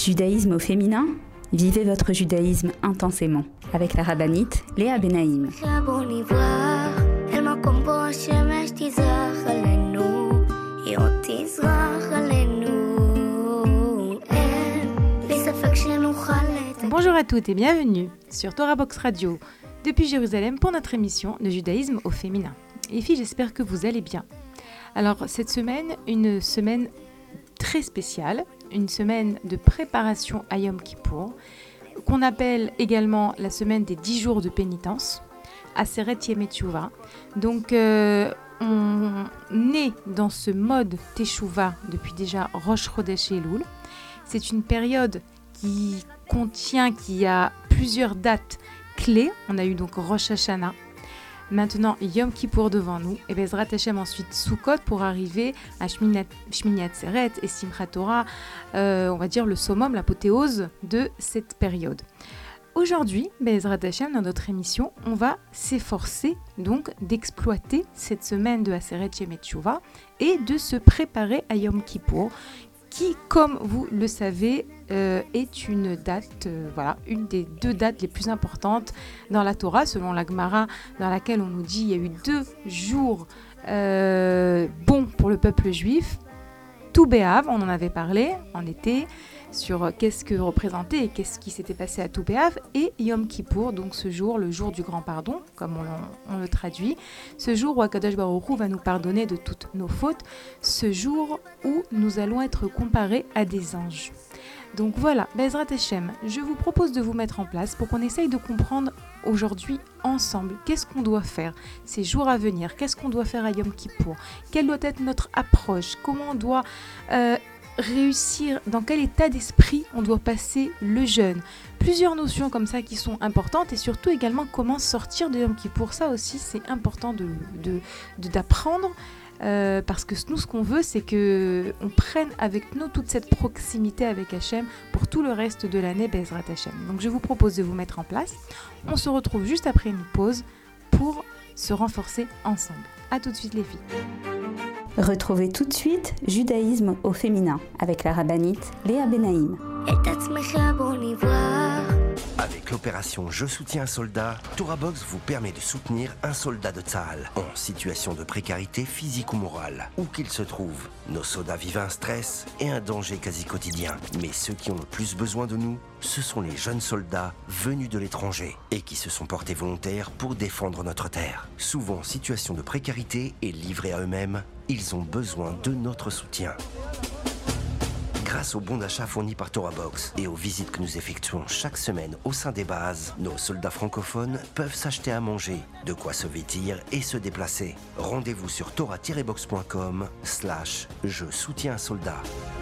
Judaïsme au féminin, vivez votre judaïsme intensément avec la rabbinite Léa Benaïm. Bonjour à toutes et bienvenue sur Torah Box Radio depuis Jérusalem pour notre émission de judaïsme au féminin. Les filles, j'espère que vous allez bien. Alors cette semaine, une semaine très spéciale, une semaine de préparation à Yom Kippour, qu'on appelle également la semaine des 10 jours de pénitence, Aseret Yemei Teshuvah. Donc on est dans ce mode Teshuvah depuis déjà Rosh Chodesh Elul. C'est une période qui a plusieurs dates clés. On a eu donc Rosh Hashanah, maintenant Yom Kippour devant nous, et Bezrat Hashem ensuite Sukkot pour arriver à Shmini Atzeret et Simchat Torah, on va dire le summum, l'apothéose de cette période. Aujourd'hui, Bezrat Hashem, dans notre émission, on va s'efforcer donc d'exploiter cette semaine de Aseret Yemei Teshuvah et de se préparer à Yom Kippour, qui, comme vous le savez, est une date, une des deux dates les plus importantes dans la Torah, selon la Gemara, dans laquelle on nous dit qu'il y a eu 2 jours bons pour le peuple juif. Tou B'Av, on en avait parlé en été, sur qu'est-ce que représentait et qu'est-ce qui s'était passé à Tou B'Av, et Yom Kippour, donc ce jour, le jour du grand pardon, comme on le traduit, ce jour où Akadosh Baruch Hu va nous pardonner de toutes nos fautes, ce jour où nous allons être comparés à des anges. Donc voilà, Bezrat Hashem, je vous propose de vous mettre en place pour qu'on essaye de comprendre aujourd'hui ensemble qu'est-ce qu'on doit faire ces jours à venir, qu'est-ce qu'on doit faire à Yom Kippour, quelle doit être notre approche, comment on doit réussir, dans quel état d'esprit on doit passer le jeûne. Plusieurs notions comme ça qui sont importantes, et surtout également comment sortir de Yom Kippour. Ça aussi c'est important d'apprendre. Parce que nous, ce qu'on veut, c'est qu'on prenne avec nous toute cette proximité avec Hachem pour tout le reste de l'année, Bezrat Hachem. Donc je vous propose de vous mettre en place. On se retrouve juste après une pause pour se renforcer ensemble. A tout de suite les filles. Retrouvez tout de suite Judaïsme au féminin avec la rabbinite Léa Benaïm. Avec l'opération Je soutiens un soldat, Torah Box vous permet de soutenir un soldat de Tsahal en situation de précarité physique ou morale, où qu'il se trouve. Nos soldats vivent un stress et un danger quasi quotidien. Mais ceux qui ont le plus besoin de nous, ce sont les jeunes soldats venus de l'étranger et qui se sont portés volontaires pour défendre notre terre. Souvent en situation de précarité et livrés à eux-mêmes, ils ont besoin de notre soutien. Grâce aux bons d'achat fournis par Torah Box et aux visites que nous effectuons chaque semaine au sein des bases, nos soldats francophones peuvent s'acheter à manger, de quoi se vêtir et se déplacer. Rendez-vous sur torah-box.com/Je soutiens un soldat.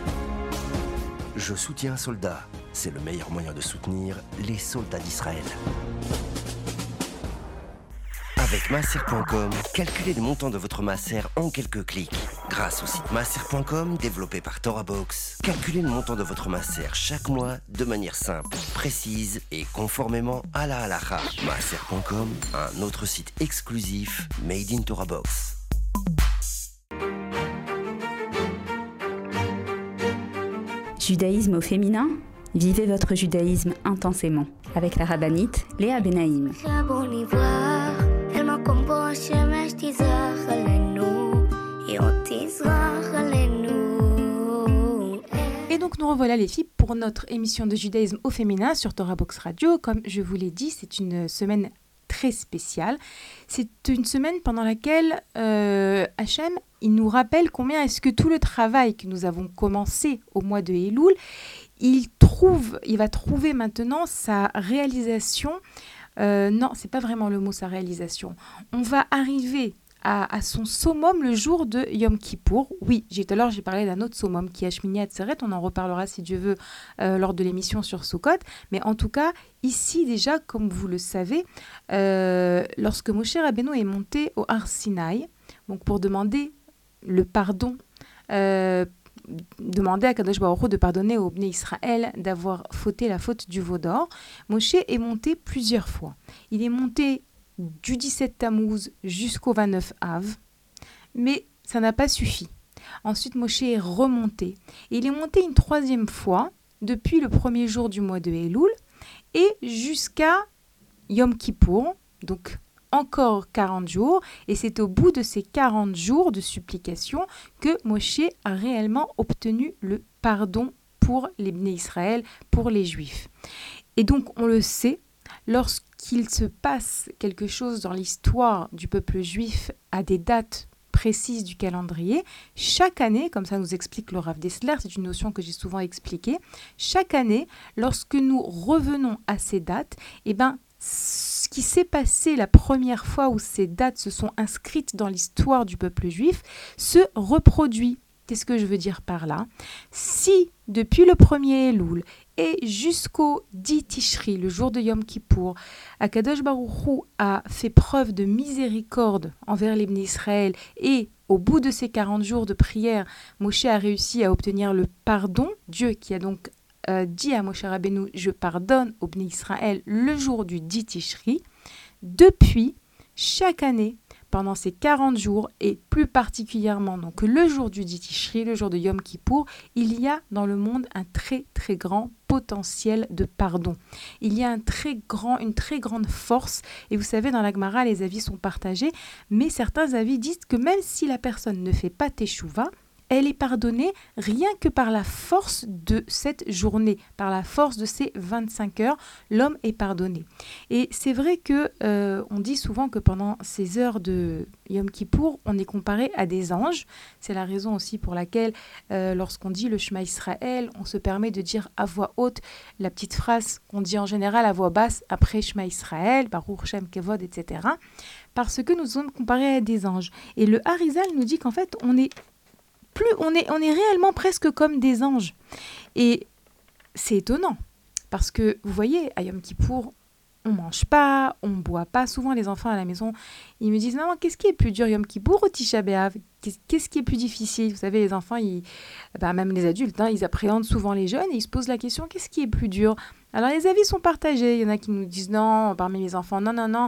Je soutiens un soldat, c'est le meilleur moyen de soutenir les soldats d'Israël. Avec Maaser.com, calculez le montant de votre Maaser en quelques clics. Grâce au site Maaser.com, développé par Torah Box, calculez le montant de votre Maaser chaque mois de manière simple, précise et conformément à la halakha. Maaser.com, un autre site exclusif made in Torah Box. Judaïsme au féminin, vivez votre judaïsme intensément avec la rabbinite Léa Benaïm. Et donc nous revoilà les filles pour notre émission de judaïsme au féminin sur Torah Box Radio. Comme je vous l'ai dit, c'est une semaine très spéciale. C'est une semaine pendant laquelle Hachem, il nous rappelle combien est-ce que tout le travail que nous avons commencé au mois de Elul, il va trouver maintenant sa réalisation. Non, c'est pas vraiment le mot sa réalisation. On va arriver à son summum le jour de Yom Kippour. Oui, tout à l'heure j'ai parlé d'un autre summum qui est Shmini Atzeret, on en reparlera si Dieu veut lors de l'émission sur Sukkot, mais en tout cas, ici déjà, comme vous le savez, lorsque Moshe Rabbeinu est monté au Har Sinaï, donc pour demander le pardon, demander à Kadosh Baruch Hu de pardonner au Bnei Israël d'avoir fauté la faute du veau d'or, Moshe est monté plusieurs fois. Il est monté du 17 Tammuz jusqu'au 29 Av, mais ça n'a pas suffi. Ensuite, Moshe est remonté. Et il est monté une troisième fois, depuis le premier jour du mois de Elul et jusqu'à Yom Kippour, donc encore 40 jours, et c'est au bout de ces 40 jours de supplication que Moshe a réellement obtenu le pardon pour les Bnei Israël, pour les Juifs. Et donc on le sait, lorsqu'il se passe quelque chose dans l'histoire du peuple juif à des dates précises du calendrier, chaque année, comme ça nous explique le Rav Dessler, c'est une notion que j'ai souvent expliquée, chaque année, lorsque nous revenons à ces dates, ce qui s'est passé la première fois où ces dates se sont inscrites dans l'histoire du peuple juif se reproduit. Qu'est-ce que je veux dire par là? Si depuis le premier Elul et jusqu'au 10 Tishri, le jour de Yom Kippour, Akadosh Baruch Hu a fait preuve de miséricorde envers les Bnei Israël et au bout de ces 40 jours de prière, Moshe a réussi à obtenir le pardon, Dieu qui a donc dit à Moshe Rabbeinu, je pardonne aux Bnei Israël le jour du 10 Tishri. Depuis, chaque année, pendant ces 40 jours, et plus particulièrement donc le jour du 10 Tishri, le jour de Yom Kippour, il y a dans le monde un très très grand potentiel de pardon. Il y a une très grande force, et vous savez, dans la Gemara, les avis sont partagés, mais certains avis disent que même si la personne ne fait pas Teshuvah, elle est pardonnée rien que par la force de cette journée, par la force de ces 25 heures, l'homme est pardonné. Et c'est vrai que on dit souvent que pendant ces heures de Yom Kippour, on est comparé à des anges. C'est la raison aussi pour laquelle, lorsqu'on dit le Shema Israël, on se permet de dire à voix haute la petite phrase qu'on dit en général à voix basse après Shema Israël, Baruch Shem Kevod, etc. Parce que nous sommes comparés à des anges. Et le Harizal nous dit qu'en fait, on est réellement presque comme des anges. Et c'est étonnant, parce que vous voyez, à Yom Kippour, on ne mange pas, on ne boit pas. Souvent, les enfants à la maison, ils me disent « Maman, qu'est-ce qui est plus dur, Yom Kippour ou Tisha B'Av ? Qu'est-ce qui est plus difficile ?» Vous savez, les enfants, même les adultes, ils appréhendent souvent les jeunes et ils se posent la question « Qu'est-ce qui est plus dur ?» Alors, les avis sont partagés. Il y en a qui nous disent non, parmi les enfants, non,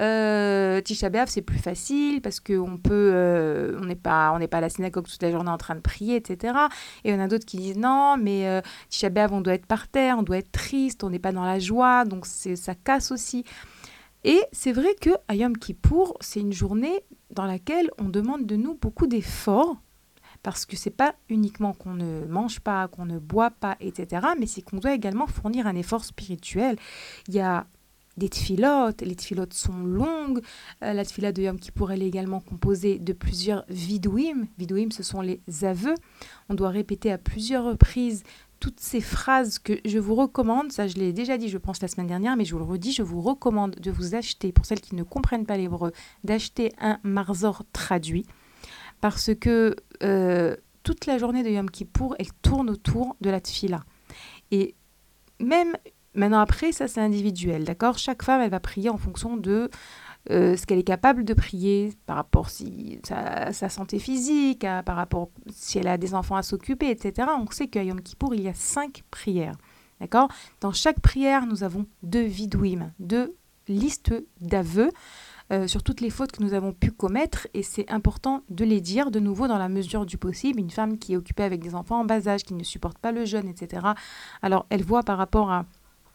Tisha B'Av, c'est plus facile parce qu'on peut, on n'est pas à la synagogue toute la journée en train de prier, etc. Et il y en a d'autres qui disent non, mais Tisha B'Av, on doit être par terre, on doit être triste, on n'est pas dans la joie, donc ça casse aussi. Et c'est vrai qu'à Yom Kippour, c'est une journée dans laquelle on demande de nous beaucoup d'efforts, parce que c'est pas uniquement qu'on ne mange pas, qu'on ne boit pas, etc., mais c'est qu'on doit également fournir un effort spirituel. Il y a des tfilotes, les tfilotes sont longues, la tfila de Yom Kippour, elle est également composée de plusieurs vidouim. Vidouim, ce sont les aveux. On doit répéter à plusieurs reprises toutes ces phrases que je vous recommande, ça je l'ai déjà dit je pense la semaine dernière, mais je vous le redis, je vous recommande de vous acheter, pour celles qui ne comprennent pas l'hébreu, d'acheter un Marzor traduit. Parce que toute la journée de Yom Kippour, elle tourne autour de la tfila. Et même maintenant après, ça c'est individuel, d'accord ? Chaque femme, elle va prier en fonction de ce qu'elle est capable de prier par rapport à sa santé physique, par rapport si elle a des enfants à s'occuper, etc. On sait qu'à Yom Kippour, il y a 5 prières, d'accord ? Dans chaque prière, nous avons 2 vidouim, 2 listes d'aveux, sur toutes les fautes que nous avons pu commettre, et c'est important de les dire de nouveau dans la mesure du possible. Une femme qui est occupée avec des enfants en bas âge, qui ne supporte pas le jeûne, etc., alors elle voit par rapport à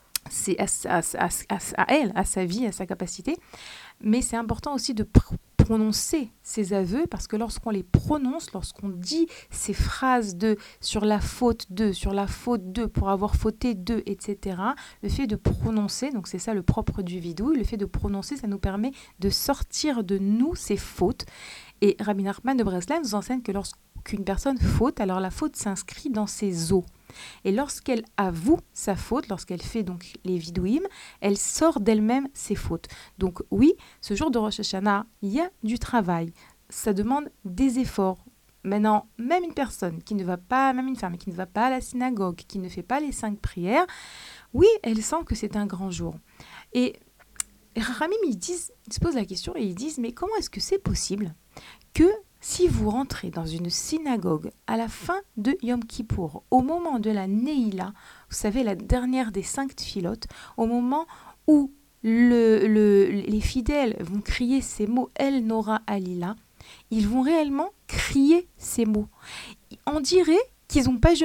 elle, à sa vie, à sa capacité, mais c'est important aussi de prononcer ces aveux, parce que lorsqu'on les prononce, lorsqu'on dit ces phrases sur la faute de, pour avoir fauté de, etc., le fait de prononcer, donc c'est ça le propre du vidouille, le fait de prononcer, ça nous permet de sortir de nous ces fautes. Et Rabbi Nachman de Breslav nous enseigne que lorsqu'une personne faute, alors la faute s'inscrit dans ses os. Et lorsqu'elle avoue sa faute, lorsqu'elle fait donc les vidouim, elle sort d'elle-même ses fautes. Donc oui, ce jour de Rosh Hashanah, il y a du travail. Ça demande des efforts. Maintenant, même une personne qui ne va pas, même une femme qui ne va pas à la synagogue, qui ne fait pas les 5 prières, oui, elle sent que c'est un grand jour. Et Ramim, ils se posent la question et ils disent, mais comment est-ce que c'est possible que si vous rentrez dans une synagogue à la fin de Yom Kippour, au moment de la Neila, vous savez, la dernière des 5 tfilotes, au moment où les fidèles vont crier ces mots El Nora Alila, ils vont réellement crier ces mots. On dirait qu'ils n'ont pas jeûné.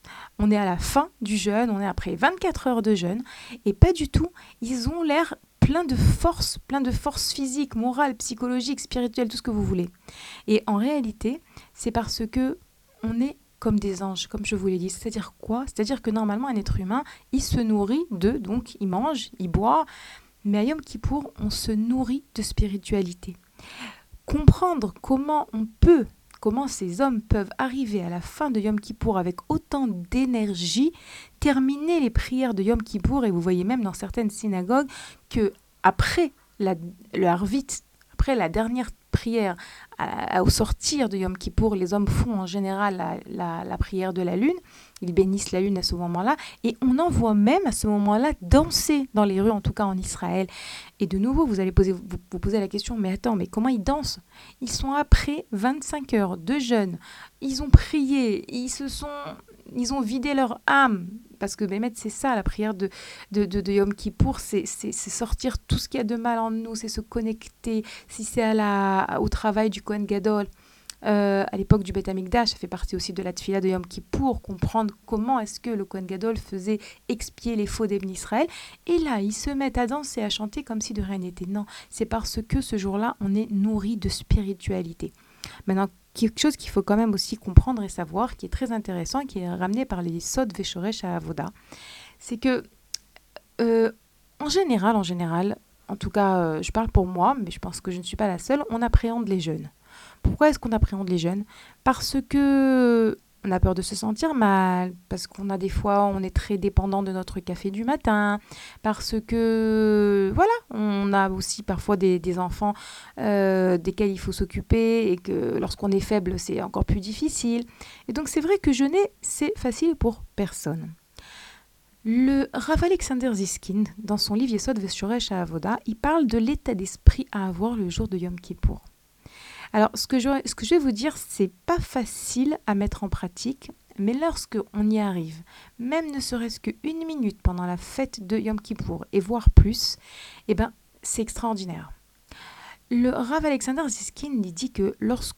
On est à la fin du jeûne, on est après 24 heures de jeûne, et pas du tout, ils ont l'air plein de force physique, morale, psychologique, spirituelle, tout ce que vous voulez. Et en réalité, c'est parce que on est comme des anges, comme je vous l'ai dit. C'est-à-dire quoi ? C'est-à-dire que normalement, un être humain, il se nourrit donc il mange, il boit, mais à Yom Kippour, on se nourrit de spiritualité. Comprendre comment ces hommes peuvent arriver à la fin de Yom Kippour avec autant d'énergie, terminer les prières de Yom Kippour, et vous voyez même dans certaines synagogues que après le Harvit, après la dernière prière, au sortir de Yom Kippour, les hommes font en général la prière de la lune, ils bénissent la lune à ce moment-là, et on en voit même à ce moment-là danser dans les rues, en tout cas en Israël. Et de nouveau, vous allez vous poser la question, mais attends, mais comment ils dansent ? Ils sont après 25 heures de jeûne, ils ont prié, ils ont vidé leur âme, parce que Bémet, c'est ça, la prière de Yom Kippour, c'est sortir tout ce qu'il y a de mal en nous, c'est se connecter, si c'est au travail du Kohen Gadol, à l'époque du Beth Amikdash, ça fait partie aussi de la Tfila de Yom Kippour, comprendre comment est-ce que le Kohen Gadol faisait expier les faux d'Ebn Israël, et là, ils se mettent à danser, à chanter comme si de rien n'était. Non, c'est parce que ce jour-là, on est nourri de spiritualité. Maintenant, quelque chose qu'il faut quand même aussi comprendre et savoir, qui est très intéressant, qui est ramené par les Sod Veshoresh à Avoda, c'est que, en général, en tout cas, je parle pour moi, mais je pense que je ne suis pas la seule, on appréhende les jeûnes. Pourquoi est-ce qu'on appréhende les jeûnes ? Parce que on a peur de se sentir mal, parce qu'on a des fois, on est très dépendant de notre café du matin, parce que, voilà, on a aussi parfois des enfants desquels il faut s'occuper, et que lorsqu'on est faible, c'est encore plus difficile. Et donc, c'est vrai que jeûner, c'est facile pour personne. Le Rav Alexander Ziskin, dans son livre Yesod Veshoresh à Avoda, il parle de l'état d'esprit à avoir le jour de Yom Kippour. Alors, ce que je vais vous dire, c'est pas facile à mettre en pratique, mais lorsque on y arrive, même ne serait-ce qu'une minute pendant la fête de Yom Kippour, et voire plus, eh ben, c'est extraordinaire. Le Rav Alexander Ziskin dit que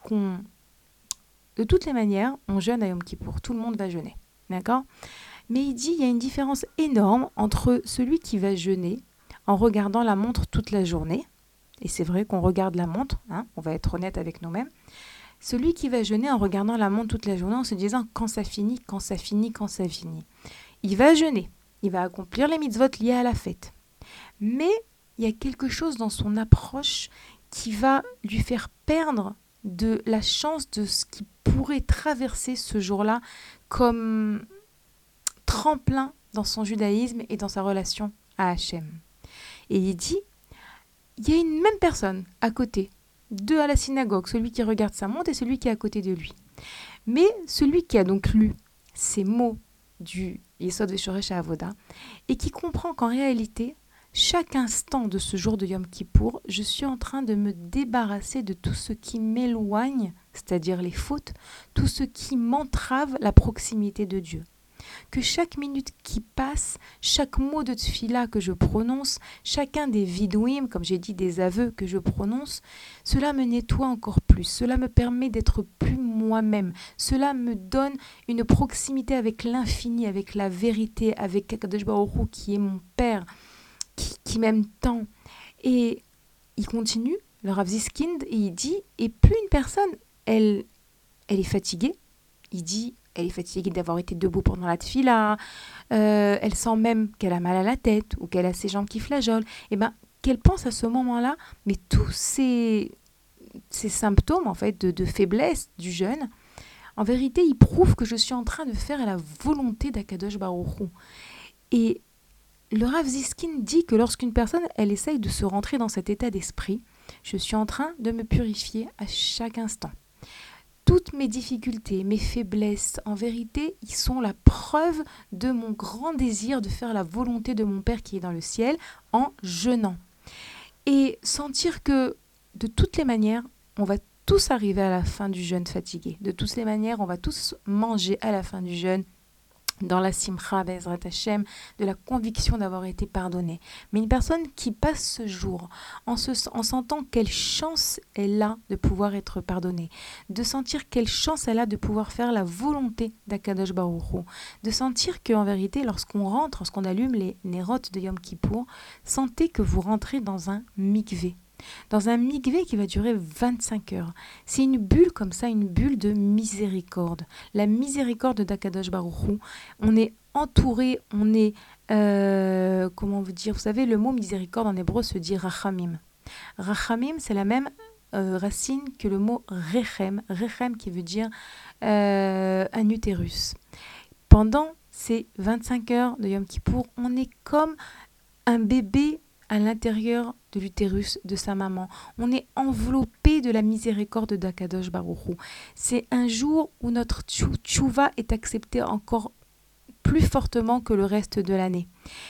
de toutes les manières, on jeûne à Yom Kippour, tout le monde va jeûner, d'accord ? Mais il dit qu'il y a une différence énorme entre celui qui va jeûner en regardant la montre toute la journée, et c'est vrai qu'on regarde la montre, on va être honnête avec nous-mêmes, celui qui va jeûner en regardant la montre toute la journée en se disant quand ça finit. Il va jeûner, il va accomplir les mitzvot liés à la fête. Mais il y a quelque chose dans son approche qui va lui faire perdre de la chance de ce qui pourrait traverser ce jour-là comme tremplin dans son judaïsme et dans sa relation à Hachem. Et il dit, il y a une même personne à côté, deux à la synagogue, celui qui regarde sa montre et celui qui est à côté de lui. Mais celui qui a donc lu ces mots du Yesod Veshoresh à Avoda et qui comprend qu'en réalité, chaque instant de ce jour de Yom Kippour, je suis en train de me débarrasser de tout ce qui m'éloigne, c'est-à-dire les fautes, tout ce qui m'entrave la proximité de Dieu. Que chaque minute qui passe, chaque mot de tfila que je prononce, chacun des vidouim, comme j'ai dit, des aveux que je prononce, cela me nettoie encore plus, cela me permet d'être plus moi-même, cela me donne une proximité avec l'infini, avec la vérité, avec Akadosh Baruch Hu qui est mon Père, qui m'aime tant. Et il continue, le Rav Ziskind, et il dit, et plus une personne, elle est fatiguée, il dit, elle est fatiguée d'avoir été debout pendant la tfila, elle sent même qu'elle a mal à la tête ou qu'elle a ses jambes qui flageolent, et bien qu'elle pense à ce moment-là, mais tous ces symptômes en fait de faiblesse du jeûne, en vérité, ils prouvent que je suis en train de faire la volonté d'Akadosh Baruch Hu. Et le Rav Ziskin dit que lorsqu'une personne, elle essaye de se rentrer dans cet état d'esprit, je suis en train de me purifier à chaque instant. Toutes mes difficultés, mes faiblesses, en vérité, ils sont la preuve de mon grand désir de faire la volonté de mon Père qui est dans le ciel en jeûnant. Et sentir que, de toutes les manières, on va tous arriver à la fin du jeûne fatigué. De toutes les manières, on va tous manger à la fin du jeûne dans la simcha, Be'ezrat Hashem, de la conviction d'avoir été pardonné. Mais une personne qui passe ce jour en sentant quelle chance elle a de pouvoir être pardonnée, de sentir quelle chance elle a de pouvoir faire la volonté d'Akadosh Baruch Hu, de sentir qu'en vérité, lorsqu'on allume les Nerot de Yom Kippour, sentez que vous rentrez dans un mikvé. Dans un mikvé qui va durer 25 heures. C'est une bulle comme ça, une bulle de miséricorde. La miséricorde d'Akadosh Baruch Hu. On est entouré, on est... comment vous dire? Vous savez, le mot miséricorde en hébreu se dit rachamim. Rachamim, c'est la même racine que le mot rechem. Rechem qui veut dire un utérus. Pendant ces 25 heures de Yom Kippour, on est comme un bébé à l'intérieur de l'utérus de sa maman. On est enveloppé de la miséricorde d'Akadosh Baruch Hu. C'est un jour où notre tchouva est accepté encore plus fortement que le reste de l'année.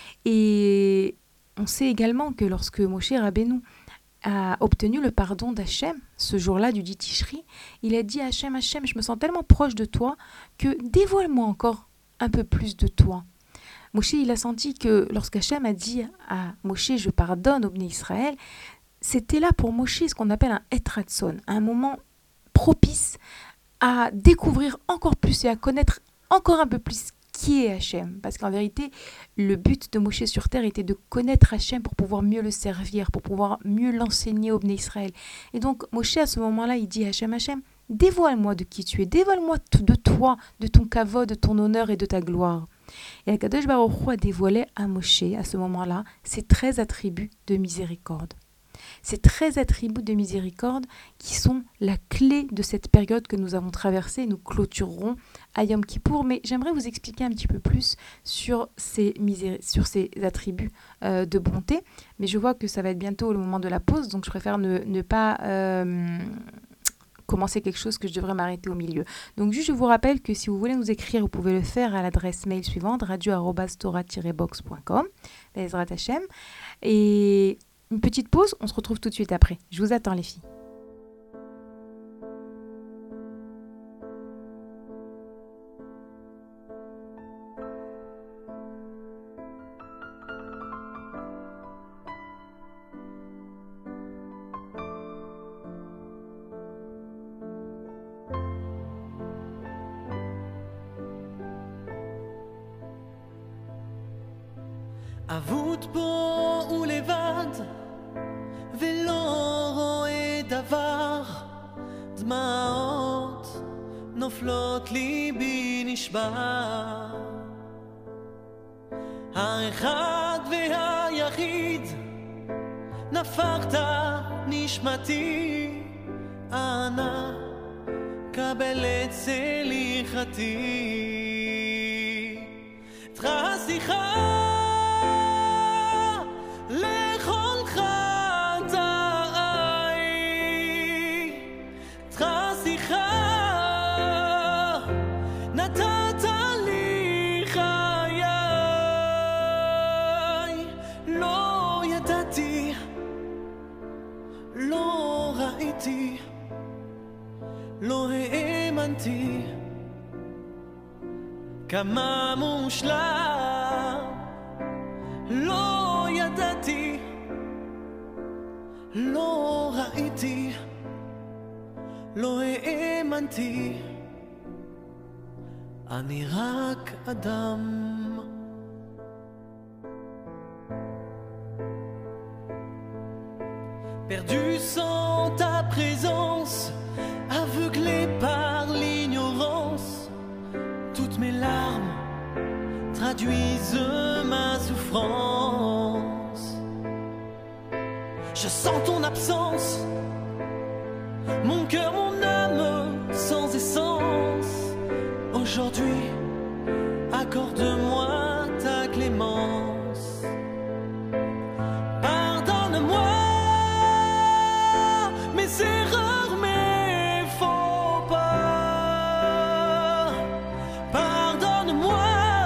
Et on sait également que lorsque Moshe Rabbeinu a obtenu le pardon d'Hachem, ce jour-là du dit Tishri, il a dit à Hachem, Hachem, je me sens tellement proche de toi que dévoile-moi encore un peu plus de toi. Moshe, il a senti que lorsqu'Hachem a dit à Moshe, je pardonne au Bnei Israël, c'était là pour Moshe ce qu'on appelle un et ratson, un moment propice à découvrir encore plus et à connaître encore un peu plus qui est Hachem. Parce qu'en vérité, le but de Moshe sur terre était de connaître Hachem pour pouvoir mieux le servir, pour pouvoir mieux l'enseigner au Bnei Israël. Et donc Moshe, à ce moment-là, il dit à Hachem, Hachem, dévoile-moi de qui tu es, dévoile-moi de toi, de ton kavod, de ton honneur et de ta gloire. Et Akadosh Baruch Hu a dévoilé à Moshe, à ce moment-là, ces 13 attributs de miséricorde. Ces 13 attributs de miséricorde qui sont la clé de cette période que nous avons traversée. Nous clôturerons à Yom Kippour, mais j'aimerais vous expliquer un petit peu plus sur ces attributs de bonté. Mais je vois que ça va être bientôt le moment de la pause, donc je préfère ne pas... commencer quelque chose que je devrais m'arrêter au milieu. Donc juste je vous rappelle que si vous voulez nous écrire, vous pouvez le faire à l'adresse mail suivante, radio@torah-box.com, Be'ezrat Hashem. Et une petite pause, on se retrouve tout de suite après. Je vous attends les filles. אבוד פה ולבד ולא רואה דבר, דמעות נופלות ליבי נשבר, האחד והיחיד נפחת נשמתי, אנא קבל את סליחתי, איתך שיחה לכל חטאי, איתך שיחה נתת לי חיי, לא ידעתי, לא ראיתי, לא האמנתי כמה מושלם, לא ידעתי, לא ראיתי, לא האמנתי, אני רק אדם. Perdu sans ta présence, aveuglé par l'ignorance, toutes mes larmes traduisent ma souffrance. Je sens ton absence, mon cœur, mon âme sans essence. Aujourd'hui, accorde-moi ta clémence. Pardonne-moi mes erreurs, mes faux pas. Pardonne-moi,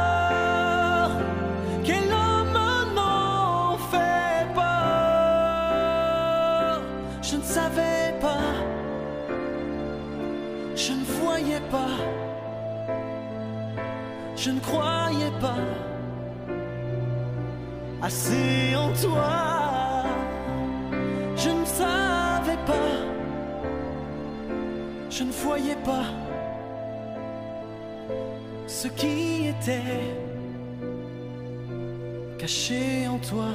quel homme n'en fait pas. Je ne savais pas Je ne croyais pas assez en toi. Je ne savais pas, je ne voyais pas ce qui était caché en toi.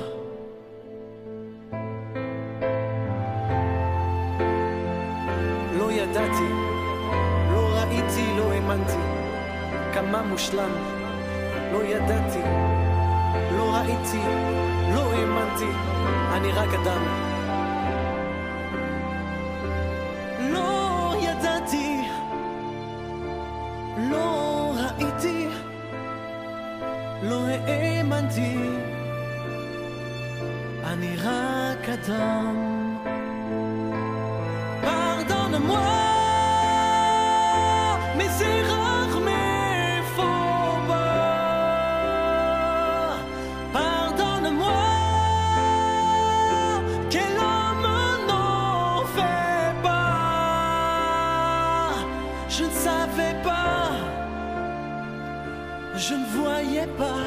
Lo yadati, lo raiti, lo emanti, kama mushlam. Lo yadati, lo raiti, lo emanti, ani rak adam. Lo yadati, lo raiti, lo emanti, ani rak adam. Pardonne-moi mes erreurs, mes faux pas. Pardonne-moi, quel homme n'en fait pas. Je ne savais pas, je ne voyais pas,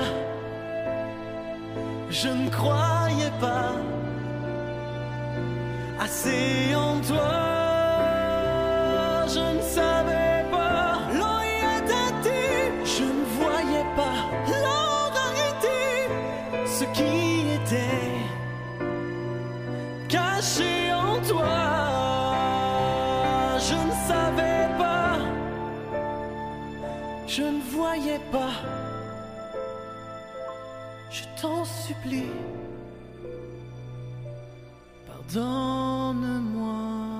je ne croyais pas assez en toi. Je ne savais pas, je ne voyais pas ce qui était caché en toi. Je ne savais pas, je ne voyais pas. Je t'en supplie, pardonne-moi.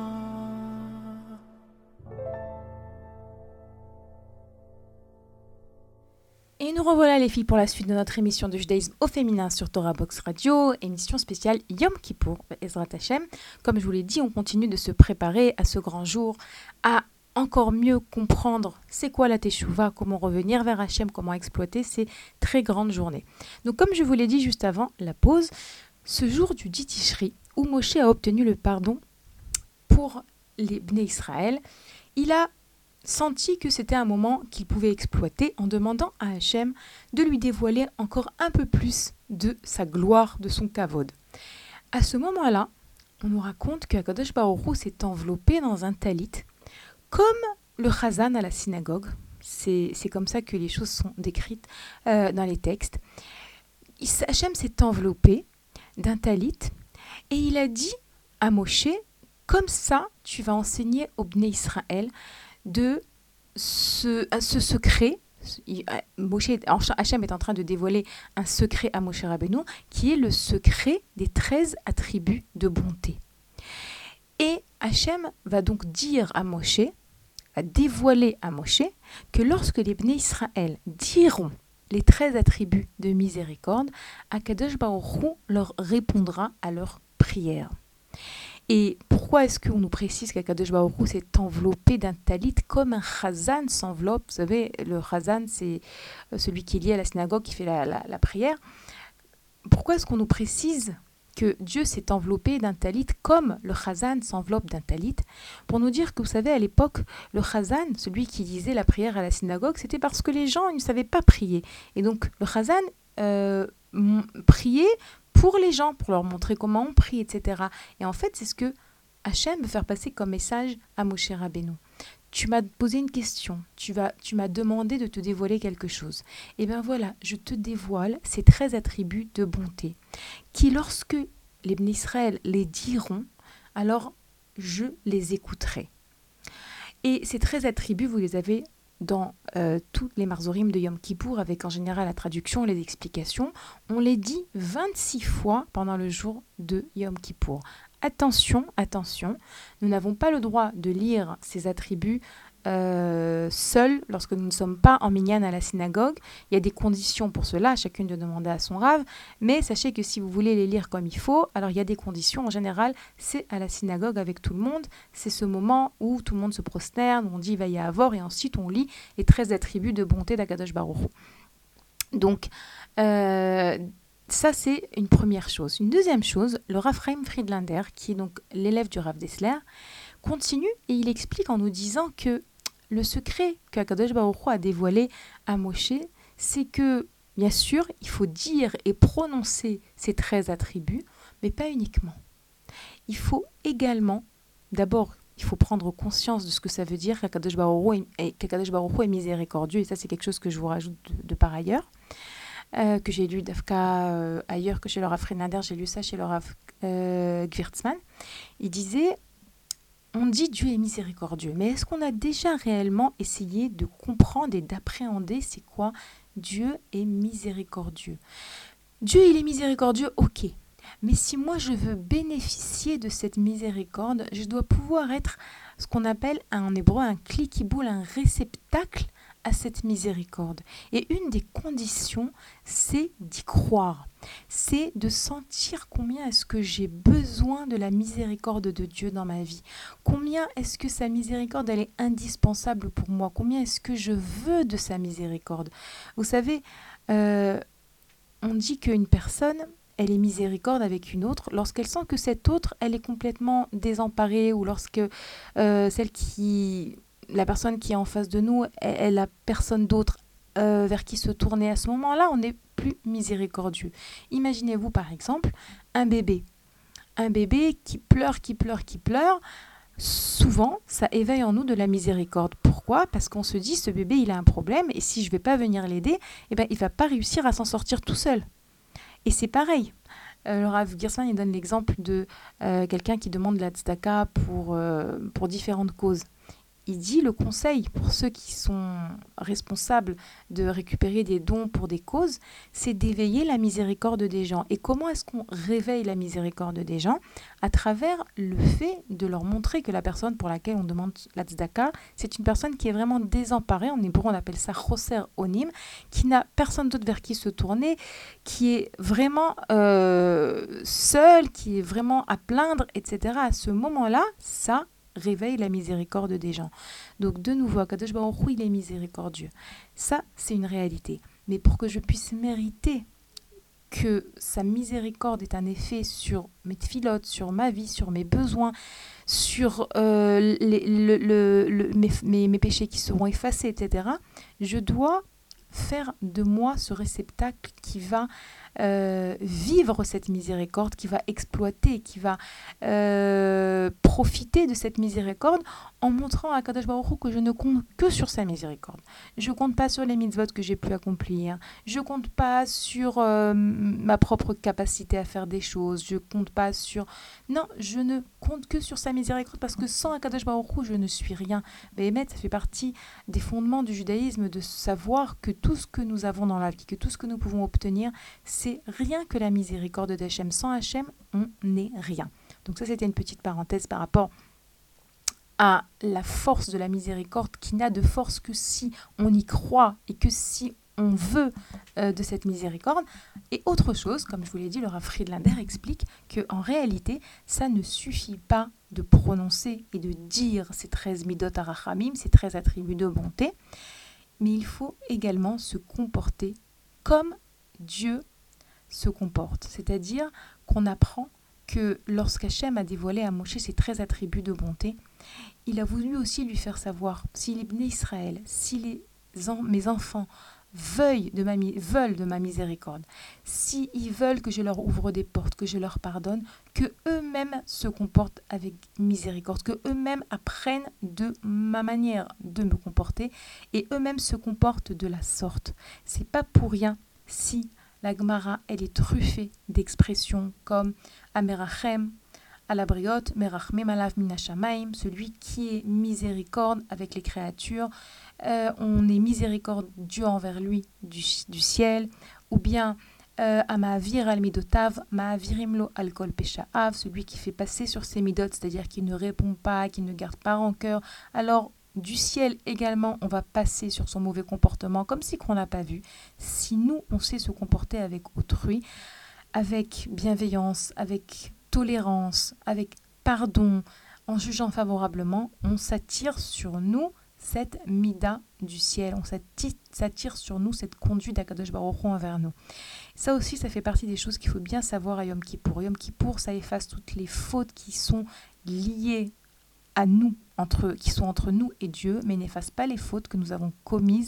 Et nous revoilà les filles pour la suite de notre émission de judaïsme au féminin sur Torah Box Radio, émission spéciale Yom Kippour, Ezrat Hashem. Comme je vous l'ai dit, on continue de se préparer à ce grand jour, à encore mieux comprendre c'est quoi la Teshuvah, comment revenir vers Hashem, comment exploiter ces très grandes journées. Donc comme je vous l'ai dit juste avant la pause, ce jour du 10 Tishri, où Moshe a obtenu le pardon pour les Bnei Israël, il a senti que c'était un moment qu'il pouvait exploiter en demandant à Hachem de lui dévoiler encore un peu plus de sa gloire, de son kavod. À ce moment-là, on nous raconte qu'Akadosh Baruch Hu s'est enveloppé dans un talit, comme le chazan à la synagogue. C'est comme ça que les choses sont décrites dans les textes. Hachem s'est enveloppé d'un talit et il a dit à Moshe, comme ça, tu vas enseigner aux Bnei Israël de ce secret. Hachem est en train de dévoiler un secret à Moshe Rabbeinu qui est le secret des 13 attributs de bonté. Et Hachem va donc dire à Moshe, va dévoiler à Moshe que lorsque les Bnei Israël diront les 13 attributs de miséricorde, Akadosh Baruch Hu leur répondra à leur prière. Et pourquoi est-ce qu'on nous précise qu'Akadosh Baruch Hu s'est enveloppé d'un talit comme un chazan s'enveloppe? Vous savez, le chazan, c'est celui qui est lié à la synagogue, qui fait la prière. Pourquoi est-ce qu'on nous précise que Dieu s'est enveloppé d'un talit comme le chazan s'enveloppe d'un talit? Pour nous dire que, vous savez, à l'époque, le chazan, celui qui disait la prière à la synagogue, c'était parce que les gens ils ne savaient pas prier. Et donc, le chazan priait pour les gens, pour leur montrer comment on prie, etc. Et en fait, c'est ce que Hachem veut faire passer comme message à Moshe Rabbeinu. Tu m'as posé une question, tu m'as demandé de te dévoiler quelque chose. Et bien voilà, je te dévoile ces 13 attributs de bonté, qui lorsque les Bnei Israël les diront, alors je les écouterai. Et ces 13 attributs, vous les avez dans toutes les marzorim de Yom Kippour, avec en général la traduction, les explications. On les dit 26 fois pendant le jour de Yom Kippour. Attention, attention, nous n'avons pas le droit de lire ces attributs seuls lorsque nous ne sommes pas en minyan à la synagogue. Il y a des conditions pour cela, chacune de demander à son rav, mais sachez que si vous voulez les lire comme il faut, alors il y a des conditions. En général, c'est à la synagogue avec tout le monde. C'est ce moment où tout le monde se prosterne, où on dit Vaïa Avor, et ensuite on lit les 13 attributs de bonté d'Akadosh Baruch Hu. Donc, ça, c'est une première chose. Une deuxième chose, le Rav Chaim Friedlander, qui est donc l'élève du Rav Dessler, continue et il explique en nous disant que le secret qu'Akadosh Baruch Hu a dévoilé à Moshe, c'est que, bien sûr, il faut dire et prononcer ces 13 attributs, mais pas uniquement. Il faut également, d'abord, il faut prendre conscience de ce que ça veut dire qu'Akadosh Baruch Hu est miséricordieux, et ça c'est quelque chose que je vous rajoute de par ailleurs, que j'ai lu d'Afka ailleurs que chez le Rav Freinader, j'ai lu ça chez le Rav Gvirtzman. Il disait, on dit Dieu est miséricordieux, mais est-ce qu'on a déjà réellement essayé de comprendre et d'appréhender c'est quoi Dieu est miséricordieux? Dieu il est miséricordieux, ok. Mais si moi je veux bénéficier de cette miséricorde, je dois pouvoir être ce qu'on appelle en hébreu un kli kiboul, un réceptacle à cette miséricorde. Et une des conditions, c'est d'y croire. C'est de sentir combien est-ce que j'ai besoin de la miséricorde de Dieu dans ma vie. Combien est-ce que sa miséricorde, elle est indispensable pour moi. Combien est-ce que je veux de sa miséricorde. Vous savez, on dit qu'une personne, elle est miséricorde avec une autre lorsqu'elle sent que cette autre, elle est complètement désemparée, ou lorsque la personne qui est en face de nous, elle a personne d'autre vers qui se tourner. À ce moment-là, on n'est plus miséricordieux. Imaginez-vous par exemple un bébé qui pleure, souvent ça éveille en nous de la miséricorde. Pourquoi ? Parce qu'on se dit, ce bébé il a un problème, et si je ne vais pas venir l'aider, il ne va pas réussir à s'en sortir tout seul. Et c'est pareil. Le Rav Gvirtzman, il donne l'exemple de quelqu'un qui demande la tzedaka pour différentes causes. Il dit le conseil pour ceux qui sont responsables de récupérer des dons pour des causes, c'est d'éveiller la miséricorde des gens. Et comment est-ce qu'on réveille la miséricorde des gens ? À travers le fait de leur montrer que la personne pour laquelle on demande la tzedaka, c'est une personne qui est vraiment désemparée. En hébreu, on appelle ça choser onim, qui n'a personne d'autre vers qui se tourner, qui est vraiment seul, qui est vraiment à plaindre, etc. À ce moment-là, ça réveille la miséricorde des gens. Donc de nouveau, Akadosh Baruch Hu, il est miséricordieux. Ça, c'est une réalité. Mais pour que je puisse mériter que sa miséricorde ait un effet sur mes tfilotes, sur ma vie, sur mes besoins, sur mes péchés qui seront effacés, etc., je dois faire de moi ce réceptacle qui va vivre cette miséricorde, qui va exploiter, qui va profiter de cette miséricorde, en montrant à Kadosh Baruch Hu que je ne compte que sur sa miséricorde. Je ne compte pas sur les mitzvot que j'ai pu accomplir, je ne compte pas sur ma propre capacité à faire des choses, je compte pas sur... Non, je ne compte que sur sa miséricorde, parce que sans Kadosh Baruch Hu, je ne suis rien. Béhémet, ça fait partie des fondements du judaïsme, de savoir que tout ce que nous avons dans la vie, que tout ce que nous pouvons obtenir, c'est rien que la miséricorde d'Hachem. Sans Hachem, on n'est rien. Donc ça, c'était une petite parenthèse par rapport à la force de la miséricorde, qui n'a de force que si on y croit et que si on veut de cette miséricorde. Et autre chose, comme je vous l'ai dit, le Rav Friedlander explique qu'en réalité, ça ne suffit pas de prononcer et de dire ces 13 midot harachamim, ces 13 attributs de bonté, mais il faut également se comporter comme Dieu se comporte. C'est-à-dire qu'on apprend que lorsqu'Hachem a dévoilé à Moshe ses 13 attributs de bonté, il a voulu aussi lui faire savoir, si les Bnei Israël, si mes enfants veulent de ma miséricorde, s'ils veulent que je leur ouvre des portes, que je leur pardonne, que eux-mêmes se comportent avec miséricorde, que eux-mêmes apprennent de ma manière de me comporter et eux-mêmes se comportent de la sorte. C'est pas pour rien si la Gemara, elle est truffée d'expressions comme Amerachem, Alabriot, Merachmem alav minashamaim, celui qui est miséricorde avec les créatures, on est miséricordieux envers lui du ciel, ou bien Amavir al midotav, Maavirimlo al kol peshaav, celui qui fait passer sur ses midot, c'est-à-dire qui ne répond pas, qui ne garde pas rancœur. Alors du ciel également, on va passer sur son mauvais comportement, comme si qu'on n'a pas vu. Si nous, on sait se comporter avec autrui, avec bienveillance, avec tolérance, avec pardon, en jugeant favorablement, on s'attire sur nous cette mida du ciel, on s'attire sur nous cette conduite d'Akadosh Baruch Hu envers nous. Ça aussi, ça fait partie des choses qu'il faut bien savoir à Yom Kippour. Yom Kippour, ça efface toutes les fautes qui sont liées à nous, qui sont entre nous et Dieu, mais n'efface pas les fautes que nous avons commises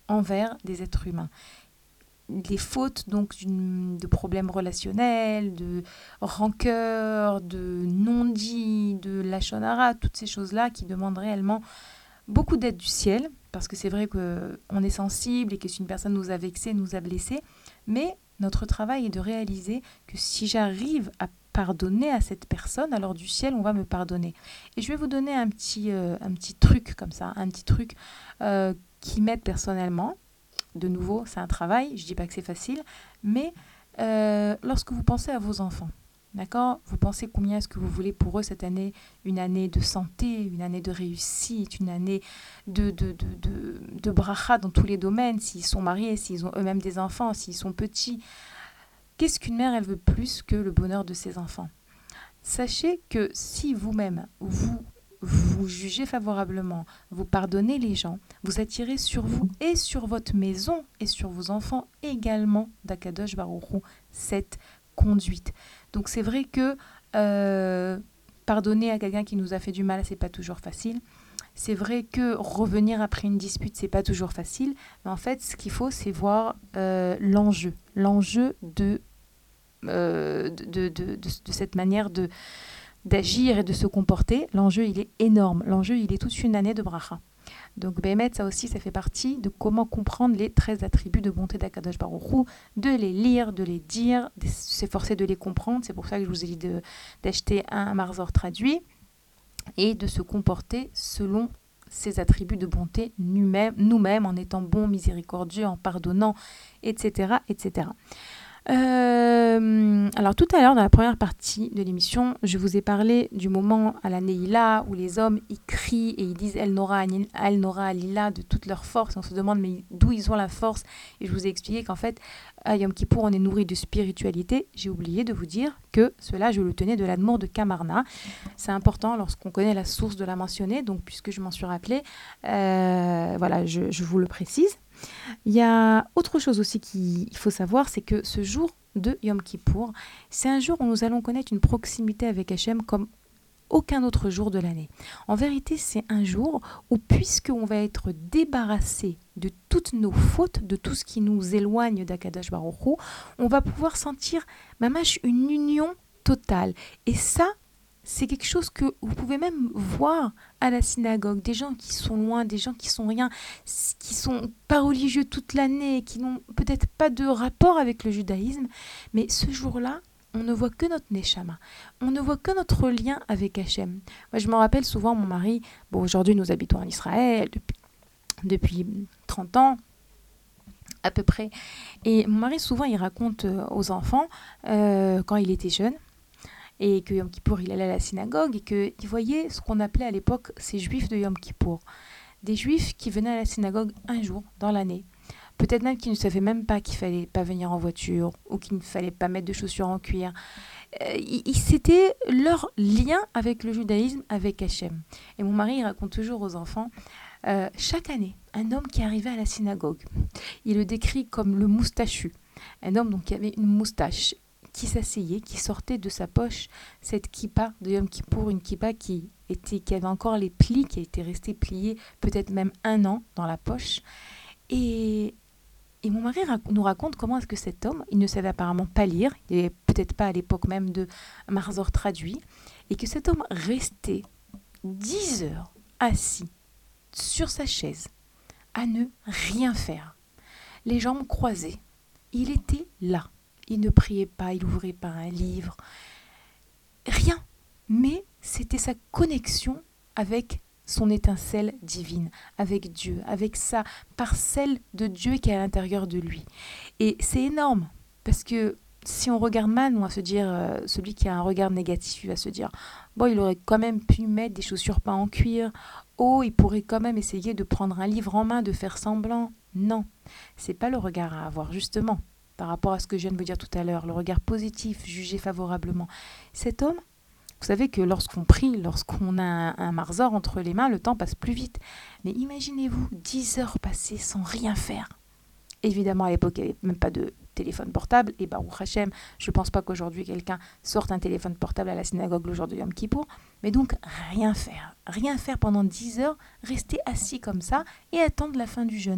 envers des êtres humains. Les fautes donc de problèmes relationnels, de rancœur, de non-dit, de lachon hara, toutes ces choses-là qui demandent réellement beaucoup d'aide du ciel, parce que c'est vrai qu'on est sensible et que si une personne nous a vexés, nous a blessés, mais notre travail est de réaliser que si j'arrive à pardonner à cette personne, alors du ciel, on va me pardonner. Et je vais vous donner un petit truc comme ça, un petit truc qui m'aide personnellement. De nouveau, c'est un travail, je ne dis pas que c'est facile, mais lorsque vous pensez à vos enfants, d'accord, vous pensez combien est-ce que vous voulez pour eux cette année, une année de santé, une année de réussite, une année de bracha dans tous les domaines, s'ils sont mariés, s'ils ont eux-mêmes des enfants, s'ils sont petits. Qu'est-ce qu'une mère, elle veut plus que le bonheur de ses enfants? Sachez que si vous-même, vous jugez favorablement, vous pardonnez les gens, vous attirez sur vous et sur votre maison et sur vos enfants également d'Akadosh Baruch Hu cette conduite. Donc c'est vrai que pardonner à quelqu'un qui nous a fait du mal, c'est pas toujours facile. C'est vrai que revenir après une dispute, c'est pas toujours facile. Mais en fait, ce qu'il faut, c'est voir l'enjeu de cette manière d'agir et de se comporter. L'enjeu, il est énorme. L'enjeu, il est toute une année de bracha. Donc, Béhémet, ça aussi, ça fait partie de comment comprendre les 13 attributs de bonté d'Akadosh Baruch Hu, de les lire, de les dire, de s'efforcer de les comprendre. C'est pour ça que je vous ai dit d'acheter un Marzor traduit et de se comporter selon ces attributs de bonté nous-mêmes, en étant bons, miséricordieux, en pardonnant, etc., etc. Alors tout à l'heure, dans la première partie de l'émission, je vous ai parlé du moment à la Neila où les hommes ils crient et ils disent El Nora Alila de toute leur force. On se demande mais d'où ils ont la force. Et je vous ai expliqué qu'en fait, à Yom Kippour, on est nourri de spiritualité. J'ai oublié de vous dire que cela, je le tenais de l'Admour de Kamarna. C'est important lorsqu'on connaît la source de la mentionner. Donc, puisque je m'en suis rappelée, voilà, je vous le précise. Il y a autre chose aussi qu'il faut savoir, c'est que ce jour de Yom Kippour, c'est un jour où nous allons connaître une proximité avec Hachem comme aucun autre jour de l'année. En vérité, c'est un jour où, puisqu'on va être débarrassé de toutes nos fautes, de tout ce qui nous éloigne d'Akadosh Baruch Hu, on va pouvoir sentir mamash une union totale. Et ça, c'est quelque chose que vous pouvez même voir à la synagogue. Des gens qui sont loin, des gens qui sont rien, qui sont pas religieux toute l'année, qui n'ont peut-être pas de rapport avec le judaïsme. Mais ce jour-là, on ne voit que notre neshama. On ne voit que notre lien avec Hachem. Moi, je me rappelle souvent, mon mari, bon, aujourd'hui, nous habitons en Israël depuis 30 ans, à peu près. Et mon mari, souvent, il raconte aux enfants, quand il était jeune, et que Yom Kippour, il allait à la synagogue, et qu'il voyait ce qu'on appelait à l'époque ces juifs de Yom Kippour. Des juifs qui venaient à la synagogue un jour dans l'année. Peut-être même qu'ils ne savaient même pas qu'il ne fallait pas venir en voiture, ou qu'il ne fallait pas mettre de chaussures en cuir. C'était leur lien avec le judaïsme, avec Hachem. Et mon mari, il raconte toujours aux enfants, chaque année, un homme qui arrivait à la synagogue, il le décrit comme le moustachu. Un homme donc, qui avait une moustache, qui s'asseyait, qui sortait de sa poche cette kippa de Yom Kippour, une kippa qui avait encore les plis, qui était restée pliée peut-être même 1 an dans la poche. Et mon mari nous raconte comment est-ce que cet homme, il ne savait apparemment pas lire, il n'avait peut-être pas à l'époque même de Marzor traduit, et que cet homme restait 10 heures assis sur sa chaise, à ne rien faire, les jambes croisées. Il était là. Il ne priait pas, il n'ouvrait pas un livre, rien. Mais c'était sa connexion avec son étincelle divine, avec Dieu, avec sa parcelle de Dieu qui est à l'intérieur de lui. Et c'est énorme, parce que si on regarde mal, on va se dire, celui qui a un regard négatif, il va se dire, bon, il aurait quand même pu mettre des chaussures pas en cuir, oh, il pourrait quand même essayer de prendre un livre en main, de faire semblant. Non, c'est pas le regard à avoir, justement. Par rapport à ce que je viens de vous dire tout à l'heure, le regard positif, jugé favorablement. Cet homme, vous savez que lorsqu'on prie, lorsqu'on a un marzor entre les mains, le temps passe plus vite. Mais imaginez-vous 10 heures passées sans rien faire. Évidemment, à l'époque, il n'y avait même pas de téléphone portable. Et Baruch Hashem, je ne pense pas qu'aujourd'hui, quelqu'un sorte un téléphone portable à la synagogue le jour de Yom Kippour. Mais donc, rien faire pendant 10 heures, rester assis comme ça et attendre la fin du jeûne.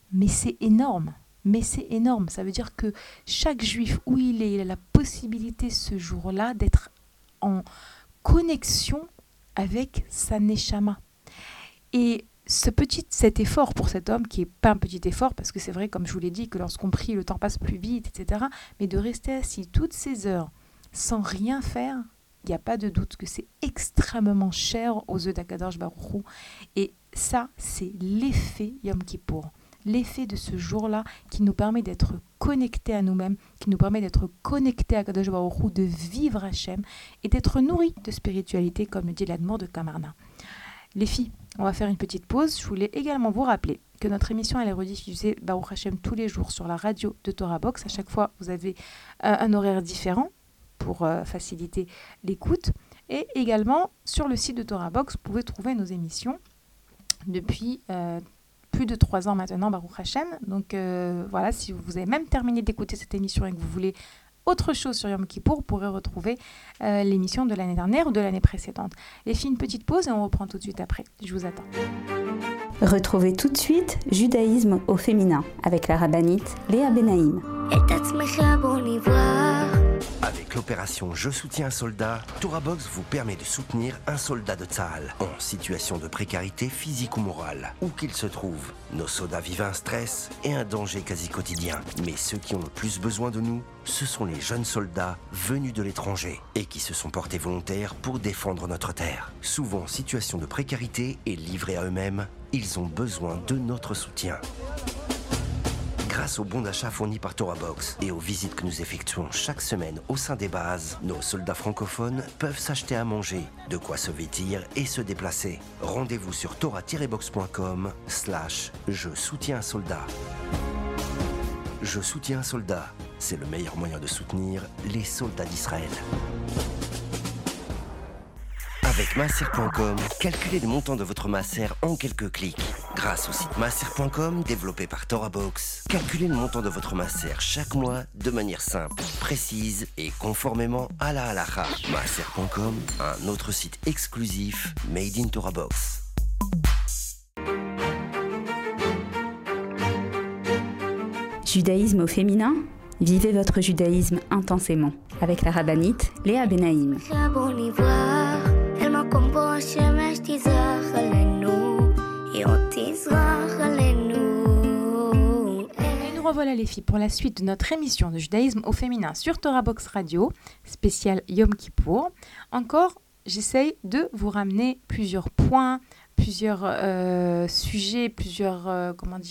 Mais c'est énorme. Ça veut dire que chaque juif où il a la possibilité ce jour-là d'être en connexion avec sa neshama. Et cet effort pour cet homme, qui n'est pas un petit effort, parce que c'est vrai, comme je vous l'ai dit, que lorsqu'on prie, le temps passe plus vite, etc. Mais de rester assis toutes ces heures sans rien faire, il n'y a pas de doute que c'est extrêmement cher aux yeux d'Akadosh Baruch Hu. Et ça, c'est l'effet Yom Kippour. L'effet de ce jour-là qui nous permet d'être connectés à nous-mêmes, qui nous permet d'être connectés à Akadosh Baruch Hu, de vivre Hachem et d'être nourris de spiritualité, comme le dit l'Admor de Kamarna. Les filles, on va faire une petite pause. Je voulais également vous rappeler que notre émission elle est rediffusée Baruch Hashem tous les jours sur la radio de Torah Box. À chaque fois, vous avez un horaire différent pour faciliter l'écoute. Et également, sur le site de Torah Box, vous pouvez trouver nos émissions depuis plus de 3 ans maintenant, Baruch Hashem. Donc voilà, si vous avez même terminé d'écouter cette émission et que vous voulez autre chose sur Yom Kippour, vous pourrez retrouver l'émission de l'année dernière ou de l'année précédente. Les filles, une petite pause et on reprend tout de suite après. Je vous attends. Retrouvez tout de suite Judaïsme au féminin avec la rabbinite Léa Benaïm. Avec l'opération Je soutiens un soldat, Torah Box vous permet de soutenir un soldat de Tsahal en situation de précarité physique ou morale, où qu'il se trouve. Nos soldats vivent un stress et un danger quasi quotidien. Mais ceux qui ont le plus besoin de nous, ce sont les jeunes soldats venus de l'étranger et qui se sont portés volontaires pour défendre notre terre. Souvent en situation de précarité et livrés à eux-mêmes, ils ont besoin de notre soutien. Grâce aux bons d'achat fournis par Torah Box et aux visites que nous effectuons chaque semaine au sein des bases, nos soldats francophones peuvent s'acheter à manger, de quoi se vêtir et se déplacer. Rendez-vous sur torah-box.com/Je soutiens un soldat. Je soutiens un soldat, c'est le meilleur moyen de soutenir les soldats d'Israël. Avec Maaser.com, calculez le montant de votre Maaser en quelques clics. Grâce au site Maaser.com, développé par Torah Box, calculez le montant de votre Maaser chaque mois de manière simple, précise et conformément à la halakha. Maaser.com, un autre site exclusif made in Torah Box. Judaïsme au féminin, vivez votre judaïsme intensément avec la rabbinite Léa Benaïm. Et nous revoilà les filles pour la suite de notre émission de judaïsme au féminin sur Torah Box Radio, spécial Yom Kippour. Encore, j'essaye de vous ramener plusieurs points, plusieurs sujets, plusieurs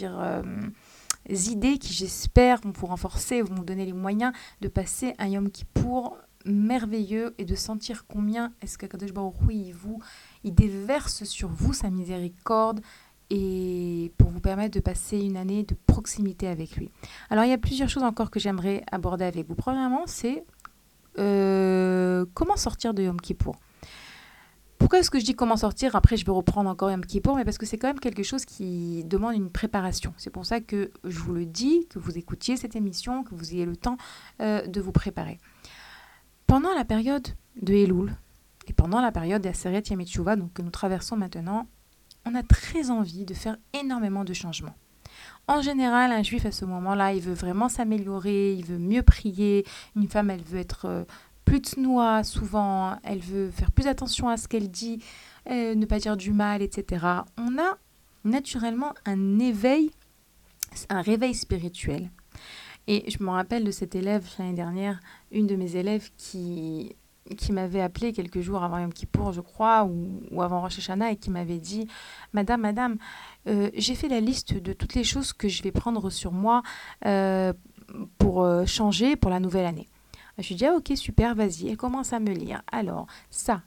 idées qui j'espère vont vous renforcer, vont vous donner les moyens de passer un Yom Kippour merveilleux et de sentir combien est-ce que Kadosh Baruch Hu il déverse sur vous sa miséricorde et pour vous permettre de passer une année de proximité avec lui. Alors il y a plusieurs choses encore que j'aimerais aborder avec vous. Premièrement, c'est comment sortir de Yom Kippour. Pourquoi est-ce que je dis comment sortir? Après, je vais reprendre encore Yom Kippour, mais parce que c'est quand même quelque chose qui demande une préparation. C'est pour ça que je vous le dis, que vous écoutiez cette émission, que vous ayez le temps de vous préparer. Pendant la période de Elul et pendant la période d'Aseret Yom Teshuvah, donc que nous traversons maintenant, on a très envie de faire énormément de changements. En général, un juif à ce moment-là, il veut vraiment s'améliorer, il veut mieux prier. Une femme, elle veut être plus tsnoua souvent, elle veut faire plus attention à ce qu'elle dit, ne pas dire du mal, etc. On a naturellement un réveil spirituel. Et je me rappelle de cette élève l'année dernière, une de mes élèves qui m'avait appelé quelques jours avant Yom Kippour, je crois, ou avant Rosh Hashanah, et qui m'avait dit « Madame, j'ai fait la liste de toutes les choses que je vais prendre sur moi pour changer pour la nouvelle année. » Je lui dis « Ah ok, super, vas-y. » Elle commence à me lire. Alors, ça,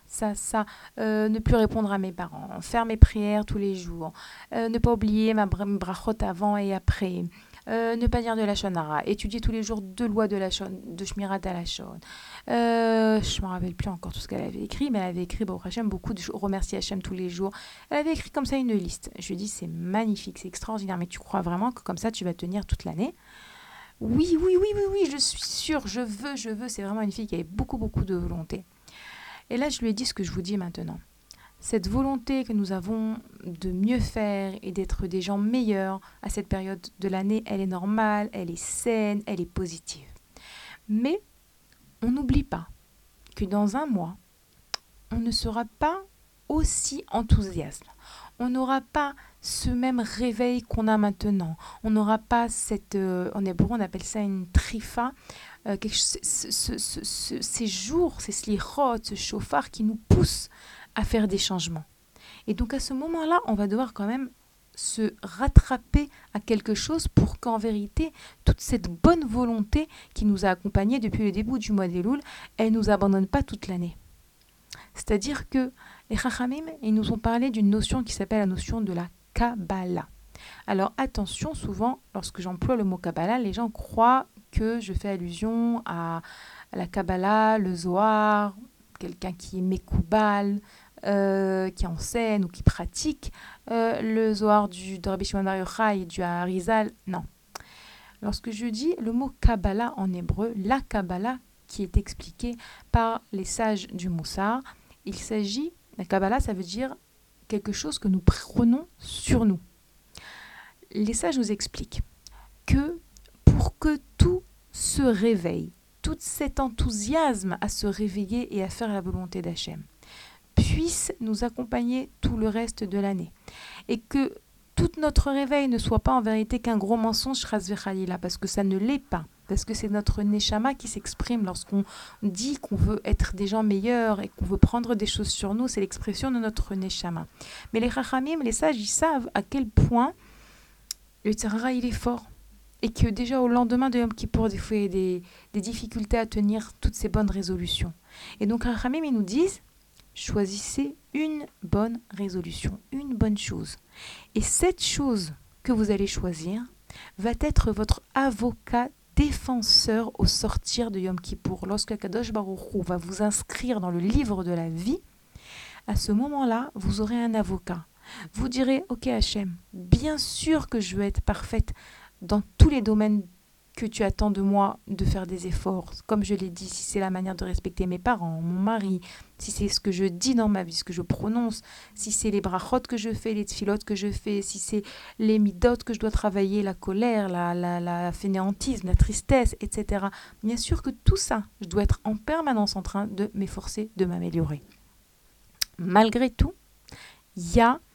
ne plus répondre à mes parents, faire mes prières tous les jours, ne pas oublier ma brachot avant et après, ne pas dire de la shonara, étudier tous les jours 2 lois de Shmirat HaLashon. Je ne me rappelle plus encore tout ce qu'elle avait écrit, mais elle avait écrit Baruch Hashem, beaucoup de remercier Hashem tous les jours. Elle avait écrit comme ça une liste. Je lui dis c'est magnifique, c'est extraordinaire, mais tu crois vraiment que comme ça tu vas tenir toute l'année? Oui, je suis sûre, je veux. C'est vraiment une fille qui avait beaucoup de volonté. Et là, je lui ai dit ce que je vous dis maintenant. cette volonté que nous avons de mieux faire et d'être des gens meilleurs à cette période de l'année, elle est normale, elle est saine, elle est positive. Mais on n'oublie pas que dans un mois, on ne sera pas aussi enthousiaste. On n'aura pas ce même réveil qu'on a maintenant. On n'aura pas cette... en hébreu, on appelle ça une trifa. Ces jours, ces slichot, ce chauffard qui nous pousse à faire des changements. Et donc à ce moment-là, on va devoir quand même se rattraper à quelque chose pour qu'en vérité, toute cette bonne volonté qui nous a accompagnés depuis le début du mois d'Elul, elle ne nous abandonne pas toute l'année. C'est-à-dire que les Chachamim, ils nous ont parlé d'une notion qui s'appelle la notion de la Kabbalah. Alors attention, souvent, lorsque j'emploie le mot Kabbalah, les gens croient que je fais allusion à la Kabbalah, le Zohar, quelqu'un qui est Mekoubal, qui enseigne ou qui pratique le Zohar de Rabbi Shimon Bar Yochai et du Harizal. Non. Lorsque je dis le mot Kabbalah en hébreu, la Kabbalah qui est expliquée par les sages du Moussar, il s'agit, la Kabbalah, ça veut dire quelque chose que nous prenons sur nous. Les sages nous expliquent que pour que tout se réveille, tout cet enthousiasme à se réveiller et à faire la volonté d'Hachem puisse nous accompagner tout le reste de l'année. Et que tout notre réveil ne soit pas en vérité qu'un gros mensonge, parce que ça ne l'est pas. Parce que c'est notre neshama qui s'exprime lorsqu'on dit qu'on veut être des gens meilleurs et qu'on veut prendre des choses sur nous, c'est l'expression de notre neshama. Mais les chachamim, les sages, ils savent à quel point le tzara, il est fort. Et que déjà au lendemain de Yom Kippour, des fois, il y a des difficultés à tenir toutes ces bonnes résolutions. Et donc, les chachamim, ils nous disent, choisissez une bonne résolution, une bonne chose. Et cette chose que vous allez choisir va être votre avocat défenseur au sortir de Yom Kippour. Lorsque Kadosh Baruch Hu va vous inscrire dans le livre de la vie, à ce moment-là, vous aurez un avocat. Vous direz, ok Hachem, bien sûr que je veux être parfaite dans tous les domaines que tu attends de moi de faire des efforts. Comme je l'ai dit, si c'est la manière de respecter mes parents, mon mari, si c'est ce que je dis dans ma vie, ce que je prononce, si c'est les brachot que je fais, les tfilotes que je fais, si c'est les midot que je dois travailler, la colère, la fainéantisme, la tristesse, etc. Bien sûr que tout ça, je dois être en permanence en train de m'efforcer de m'améliorer. Malgré tout, il y a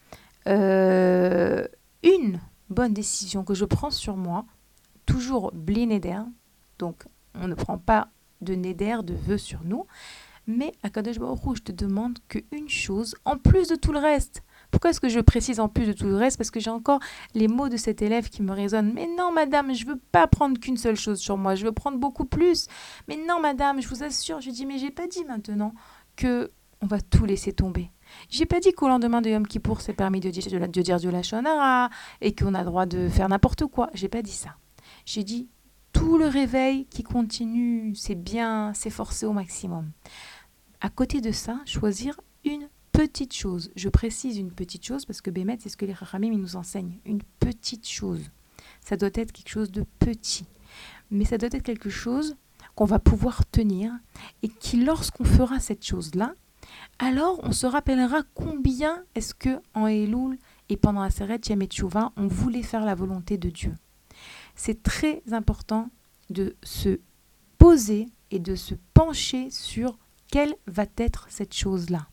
une bonne décision que je prends sur moi, toujours bli neder, donc on ne prend pas de neder, de vœux sur nous, mais à Kadosh Baruch Hu, je te demande qu'une chose, en plus de tout le reste. Pourquoi est-ce que je précise en plus de tout le reste? Parce que j'ai encore les mots de cet élève qui me résonnent. Mais non madame, je ne veux pas prendre qu'une seule chose sur moi, je veux prendre beaucoup plus. Mais non madame, je vous assure, je dis, mais j'ai pas dit maintenant que on va tout laisser tomber. J'ai pas dit qu'au lendemain de Yom Kippour, c'est permis de dire du Lachon Hara et qu'on a le droit de faire n'importe quoi. J'ai pas dit ça. J'ai dit, tout le réveil qui continue, c'est bien, s'efforcer au maximum. À côté de ça, choisir une petite chose. Je précise une petite chose parce que Bémet, c'est ce que les Chachamim nous enseignent. Une petite chose. Ça doit être quelque chose de petit. Mais ça doit être quelque chose qu'on va pouvoir tenir et qui, lorsqu'on fera cette chose-là, alors on se rappellera combien est-ce que en Elul et pendant la Seret Yom Teshuvah, on voulait faire la volonté de Dieu. C'est très important de se poser et de se pencher sur quelle va être cette chose-là.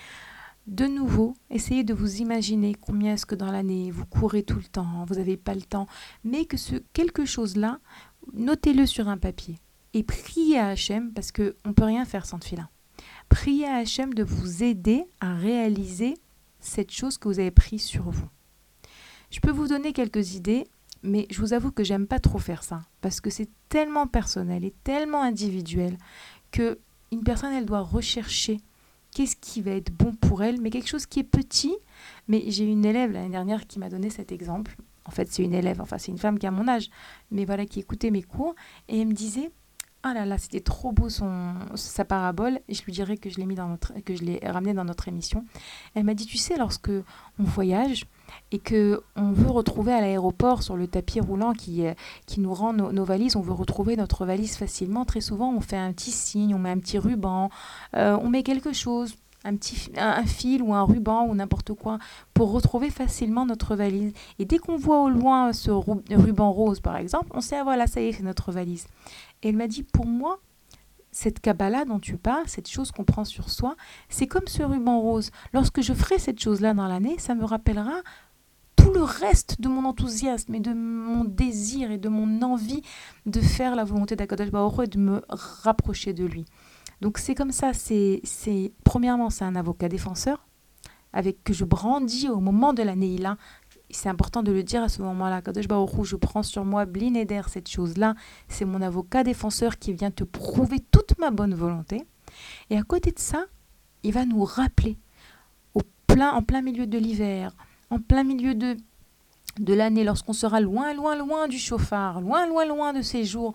De nouveau, essayez de vous imaginer combien est-ce que dans l'année vous courez tout le temps, vous n'avez pas le temps, mais que ce quelque chose-là, notez-le sur un papier et priez à Hachem parce qu'on ne peut rien faire sans tefila. Priez à Hachem de vous aider à réaliser cette chose que vous avez prise sur vous. Je peux vous donner quelques idées, mais je vous avoue que j'aime pas trop faire ça, parce que c'est tellement personnel et tellement individuel que une personne, elle doit rechercher qu'est-ce qui va être bon pour elle, mais quelque chose qui est petit. Mais j'ai une élève l'année dernière qui m'a donné cet exemple. En fait, c'est une élève, enfin c'est une femme qui a mon âge, mais voilà, qui écoutait mes cours, et elle me disait, ah là là, c'était trop beau sa parabole, et je lui dirais que je l'ai ramené dans notre émission. Elle m'a dit, tu sais, lorsque on voyage et que on veut retrouver à l'aéroport sur le tapis roulant qui nous rend nos valises, on veut retrouver notre valise facilement. Très souvent, on fait un petit signe, on met un petit ruban, on met quelque chose, un fil ou un ruban ou n'importe quoi pour retrouver facilement notre valise. Et dès qu'on voit au loin ce ruban rose, par exemple, on sait, ah, voilà, ça y est, c'est notre valise. Et elle m'a dit, pour moi, cette Kabbalah dont tu parles, cette chose qu'on prend sur soi, c'est comme ce ruban rose. Lorsque je ferai cette chose-là dans l'année, ça me rappellera tout le reste de mon enthousiasme et de mon désir et de mon envie de faire la volonté d'Akadosh Baruch Hu et de me rapprocher de lui. Donc c'est comme ça, premièrement, c'est un avocat défenseur que je brandis au moment de la Neila. C'est important de le dire à ce moment-là. Kadosh Baruch Hu, je prends sur moi blinéder cette chose-là. C'est mon avocat défenseur qui vient te prouver toute ma bonne volonté. Et à côté de ça, il va nous rappeler en plein milieu de l'hiver, en plein milieu de l'année, lorsqu'on sera loin, loin, loin du chauffard, loin, loin, loin de ces jours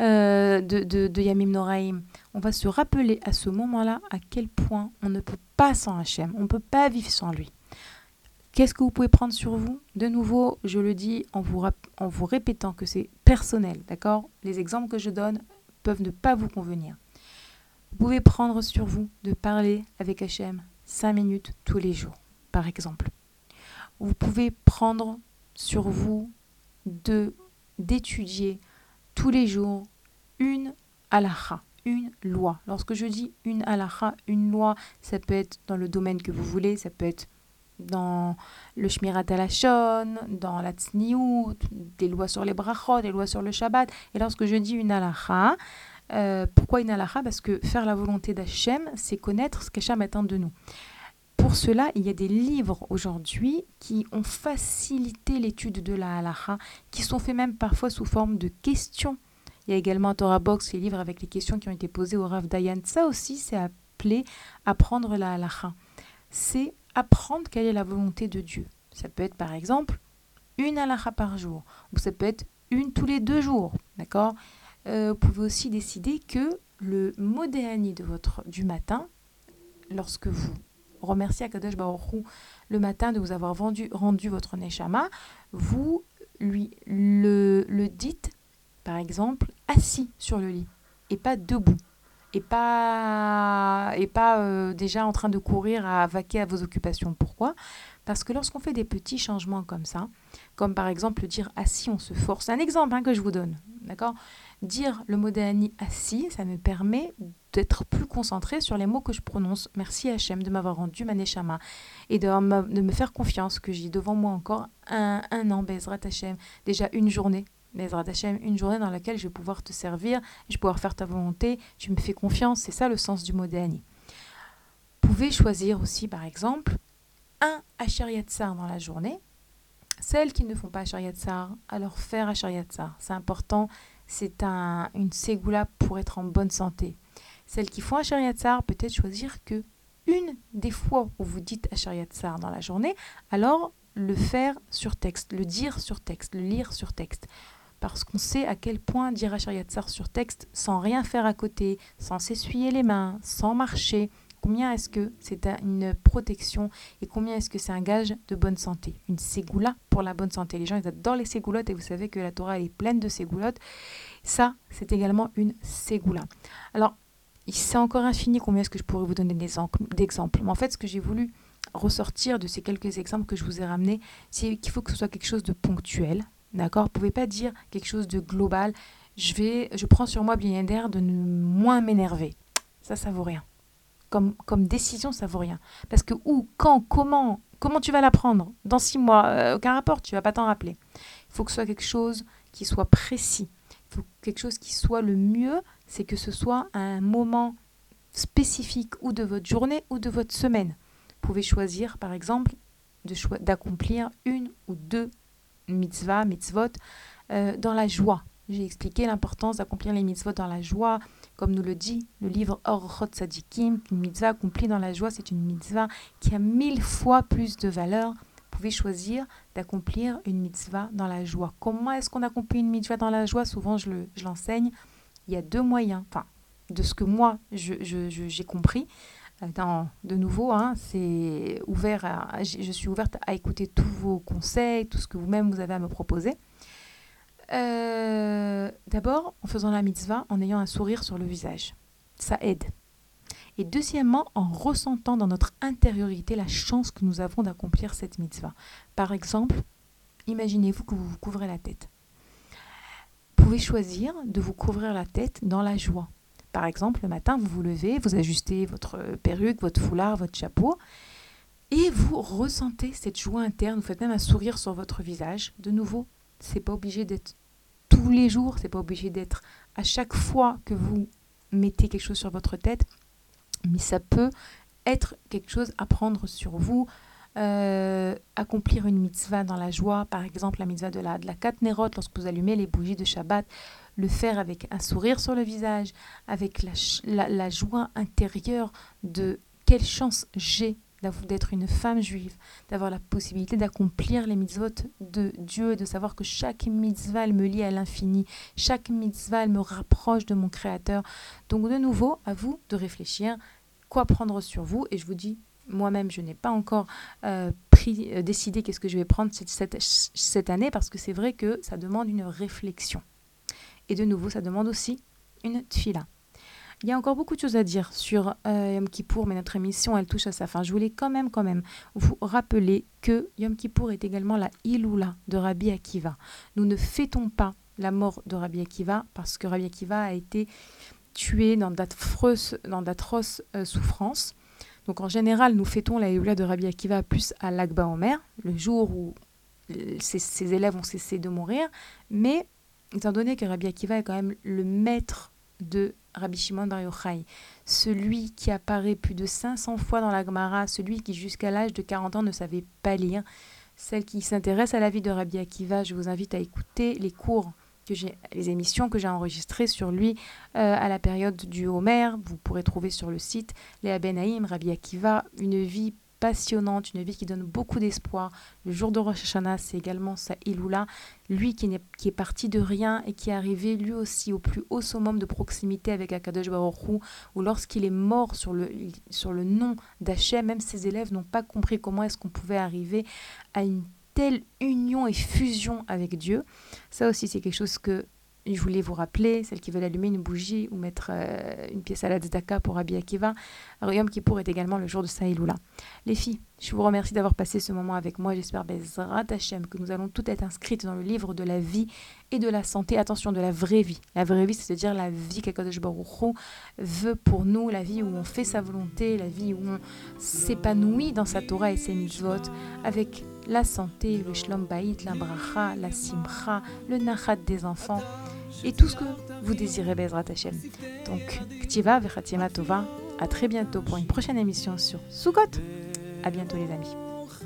de Yamim Noraim, on va se rappeler à ce moment-là à quel point on ne peut pas sans Hachem, on ne peut pas vivre sans lui. Qu'est-ce que vous pouvez prendre sur vous? De nouveau, je le dis en vous répétant que c'est personnel, d'accord? Les exemples que je donne peuvent ne pas vous convenir. Vous pouvez prendre sur vous de parler avec Hachem 5 minutes tous les jours, par exemple. Vous pouvez prendre sur vous d'étudier tous les jours une halakha, une loi. Lorsque je dis une halakha, une loi, ça peut être dans le domaine que vous voulez, ça peut être dans le Shmirat HaLashon, dans la Tzniout, des lois sur les brachot, des lois sur le Shabbat. Et lorsque je dis une halakha, pourquoi une halakha? Parce que faire la volonté d'Hachem, c'est connaître ce qu'Hachem attend de nous. Pour cela, il y a des livres aujourd'hui qui ont facilité l'étude de la halakha, qui sont faits même parfois sous forme de questions. Il y a également Torah Box, les livres avec les questions qui ont été posées au Rav Dayan. Ça aussi, c'est appelé apprendre la halakha. C'est apprendre quelle est la volonté de Dieu. Ça peut être par exemple une halakha par jour, ou ça peut être une tous les 2 jours, d'accord? Vous pouvez aussi décider que le modéani du matin, lorsque vous remerciez Akadosh Baruch Hu le matin de vous avoir rendu votre neshama, vous lui le dites, par exemple, assis sur le lit, et pas debout. Et pas déjà en train de courir à vaquer à vos occupations. Pourquoi? Parce que lorsqu'on fait des petits changements comme ça, comme par exemple dire assis, on se force. C'est un exemple que je vous donne, d'accord? Dire le mot d'Ani assis, ça me permet d'être plus concentré sur les mots que je prononce. Merci Hachem de m'avoir rendu ma neshama et de me faire confiance que j'ai devant moi encore un an, Bezrat Hachem, déjà une journée. Bezrat Hachem, une journée dans laquelle je vais pouvoir te servir, je vais pouvoir faire ta volonté, tu me fais confiance, c'est ça le sens du mot d'Ani. Vous pouvez choisir aussi, par exemple, un Asher Yatzar dans la journée. Celles qui ne font pas Asher Yatzar, alors faire Asher Yatzar, c'est important, c'est une ségoula pour être en bonne santé. Celles qui font Asher Yatzar, peut-être choisir que une des fois où vous dites Asher Yatzar dans la journée, alors le faire sur texte, le dire sur texte, le lire sur texte. Parce qu'on sait à quel point dire Asher Yatzar sur texte, sans rien faire à côté, sans s'essuyer les mains, sans marcher, combien est-ce que c'est une protection et combien est-ce que c'est un gage de bonne santé. Une ségoula pour la bonne santé. Les gens, ils adorent les ségoulottes et vous savez que la Torah, elle est pleine de ségoulottes. Ça, c'est également une ségoula. Alors, c'est encore infini combien est-ce que je pourrais vous donner d'exemples. Mais en fait, ce que j'ai voulu ressortir de ces quelques exemples que je vous ai ramenés, c'est qu'il faut que ce soit quelque chose de ponctuel. D'accord? Vous ne pouvez pas dire quelque chose de global. Je prends sur moi bien d'air de ne moins m'énerver. Ça vaut rien. Comme décision, ça vaut rien. Parce que où, quand, comment tu vas la prendre? Dans 6 mois, aucun rapport, tu ne vas pas t'en rappeler. Il faut que ce soit quelque chose qui soit précis. Il faut quelque chose qui soit le mieux, c'est que ce soit un moment spécifique ou de votre journée ou de votre semaine. Vous pouvez choisir, par exemple, d'accomplir 1 ou 2 mitzvot, dans la joie. J'ai expliqué l'importance d'accomplir les mitzvot dans la joie, comme nous le dit le livre Orchot Tzadikim, une mitzvah accomplie dans la joie, c'est une mitzvah qui a 1000 fois plus de valeur. Vous pouvez choisir d'accomplir une mitzvah dans la joie. Comment est-ce qu'on accomplit une mitzvah dans la joie? Souvent, je l'enseigne. Il y a 2 moyens, de ce que moi, j'ai compris. De nouveau, c'est ouvert je suis ouverte à écouter tous vos conseils, tout ce que vous-même vous avez à me proposer. D'abord, en faisant la mitzvah, en ayant un sourire sur le visage. Ça aide. Et deuxièmement, en ressentant dans notre intériorité la chance que nous avons d'accomplir cette mitzvah. Par exemple, imaginez-vous que vous vous couvrez la tête. Vous pouvez choisir de vous couvrir la tête dans la joie. Par exemple, le matin, vous vous levez, vous ajustez votre perruque, votre foulard, votre chapeau, et vous ressentez cette joie interne, vous faites même un sourire sur votre visage. De nouveau, c'est pas obligé d'être tous les jours, c'est pas obligé d'être à chaque fois que vous mettez quelque chose sur votre tête, mais ça peut être quelque chose à prendre sur vous, accomplir une mitzvah dans la joie, par exemple la mitzvah de la Katnerot, lorsque vous allumez les bougies de Shabbat, le faire avec un sourire sur le visage, avec la joie intérieure de quelle chance j'ai d'être une femme juive, d'avoir la possibilité d'accomplir les mitzvot de Dieu, de savoir que chaque mitzvah elle me lie à l'infini, chaque mitzvah elle me rapproche de mon Créateur. Donc de nouveau, à vous de réfléchir quoi prendre sur vous, et je vous dis, moi-même je n'ai pas encore décidé qu'est-ce que je vais prendre cette année, parce que c'est vrai que ça demande une réflexion. Et de nouveau, ça demande aussi une tfila. Il y a encore beaucoup de choses à dire sur Yom Kippour, mais notre émission, elle touche à sa fin. Je voulais quand même vous rappeler que Yom Kippour est également la Iloula de Rabbi Akiva. Nous ne fêtons pas la mort de Rabbi Akiva parce que Rabbi Akiva a été tué dans d'atroces souffrances. Donc en général, nous fêtons la Iloula de Rabbi Akiva plus à Lag BaOmer, le jour où ses élèves ont cessé de mourir. Mais étant donné que Rabbi Akiva est quand même le maître de Rabbi Shimon Bar Yochai, celui qui apparaît plus de 500 fois dans la Gemara, celui qui jusqu'à l'âge de 40 ans ne savait pas lire, celle qui s'intéresse à la vie de Rabbi Akiva, je vous invite à écouter les émissions que j'ai enregistrées sur lui à la période du Homer. Vous pourrez trouver sur le site Léa Benaïm, Rabbi Akiva, une vie passionnante, une vie qui donne beaucoup d'espoir. Le jour de Rosh Hashanah, c'est également sa Iloula. Lui qui est parti de rien et qui est arrivé lui aussi au plus haut summum de proximité avec Akadosh Baruch Hu, où lorsqu'il est mort sur le nom d'Hachem, même ses élèves n'ont pas compris comment est-ce qu'on pouvait arriver à une telle union et fusion avec Dieu. Ça aussi, c'est quelque chose que je voulais vous rappeler, celles qui veulent allumer une bougie ou mettre une pièce à la tzedaka pour Rabbi Akiva. Yom Kippour est également le jour de sa Iloula. Les filles, je vous remercie d'avoir passé ce moment avec moi. J'espère, Bezrat Hashem, que nous allons toutes être inscrites dans le livre de la vie et de la santé. Attention, de la vraie vie. La vraie vie, c'est-à-dire la vie qu'Akadosh Baruch Hu veut pour nous, la vie où on fait sa volonté, la vie où on s'épanouit dans sa Torah et ses mitzvot, avec la santé, le shlom bayit, la bracha, la simcha, le nachat des enfants, et tout ce que vous désirez, Bezrat Hashem. Donc, Ktiva Vechatima Tova, à très bientôt pour une prochaine émission sur Sukkot. À bientôt les amis.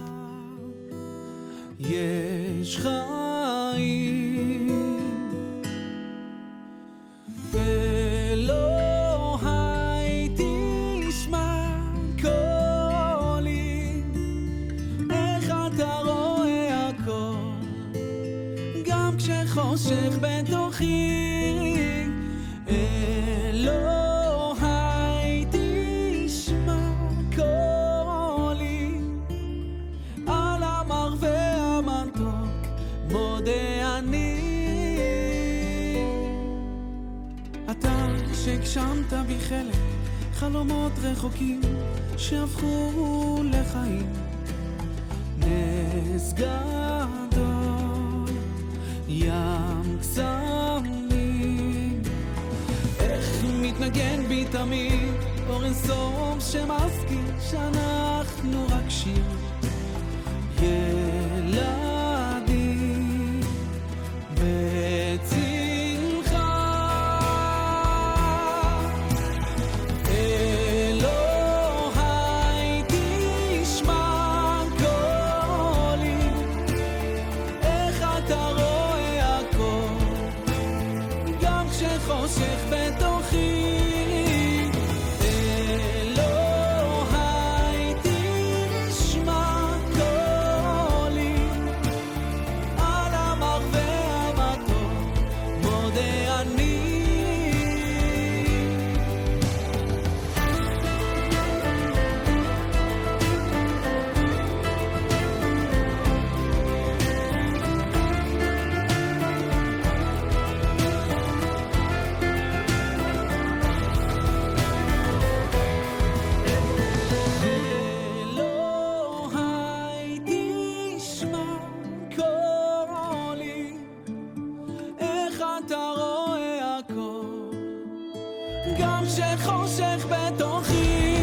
חושך בתוכי אלוהי תשמע קולי על המר והמתוק מודה אני אתה שהגשמת בי חלק חלומות רחוקים שהפכו לחיים נס גדול ים קסמים איך מתנגן בי תמיד אור אינסוף שמזכיר שאנחנו רק שיר ילדים בצמחה אלוהי תשמע קולי איך אתה חושך בתוכי אלוהי תשמע קולי על המר והמתוק מודה אני אתה רואה הכל גם כשחושך בתוכי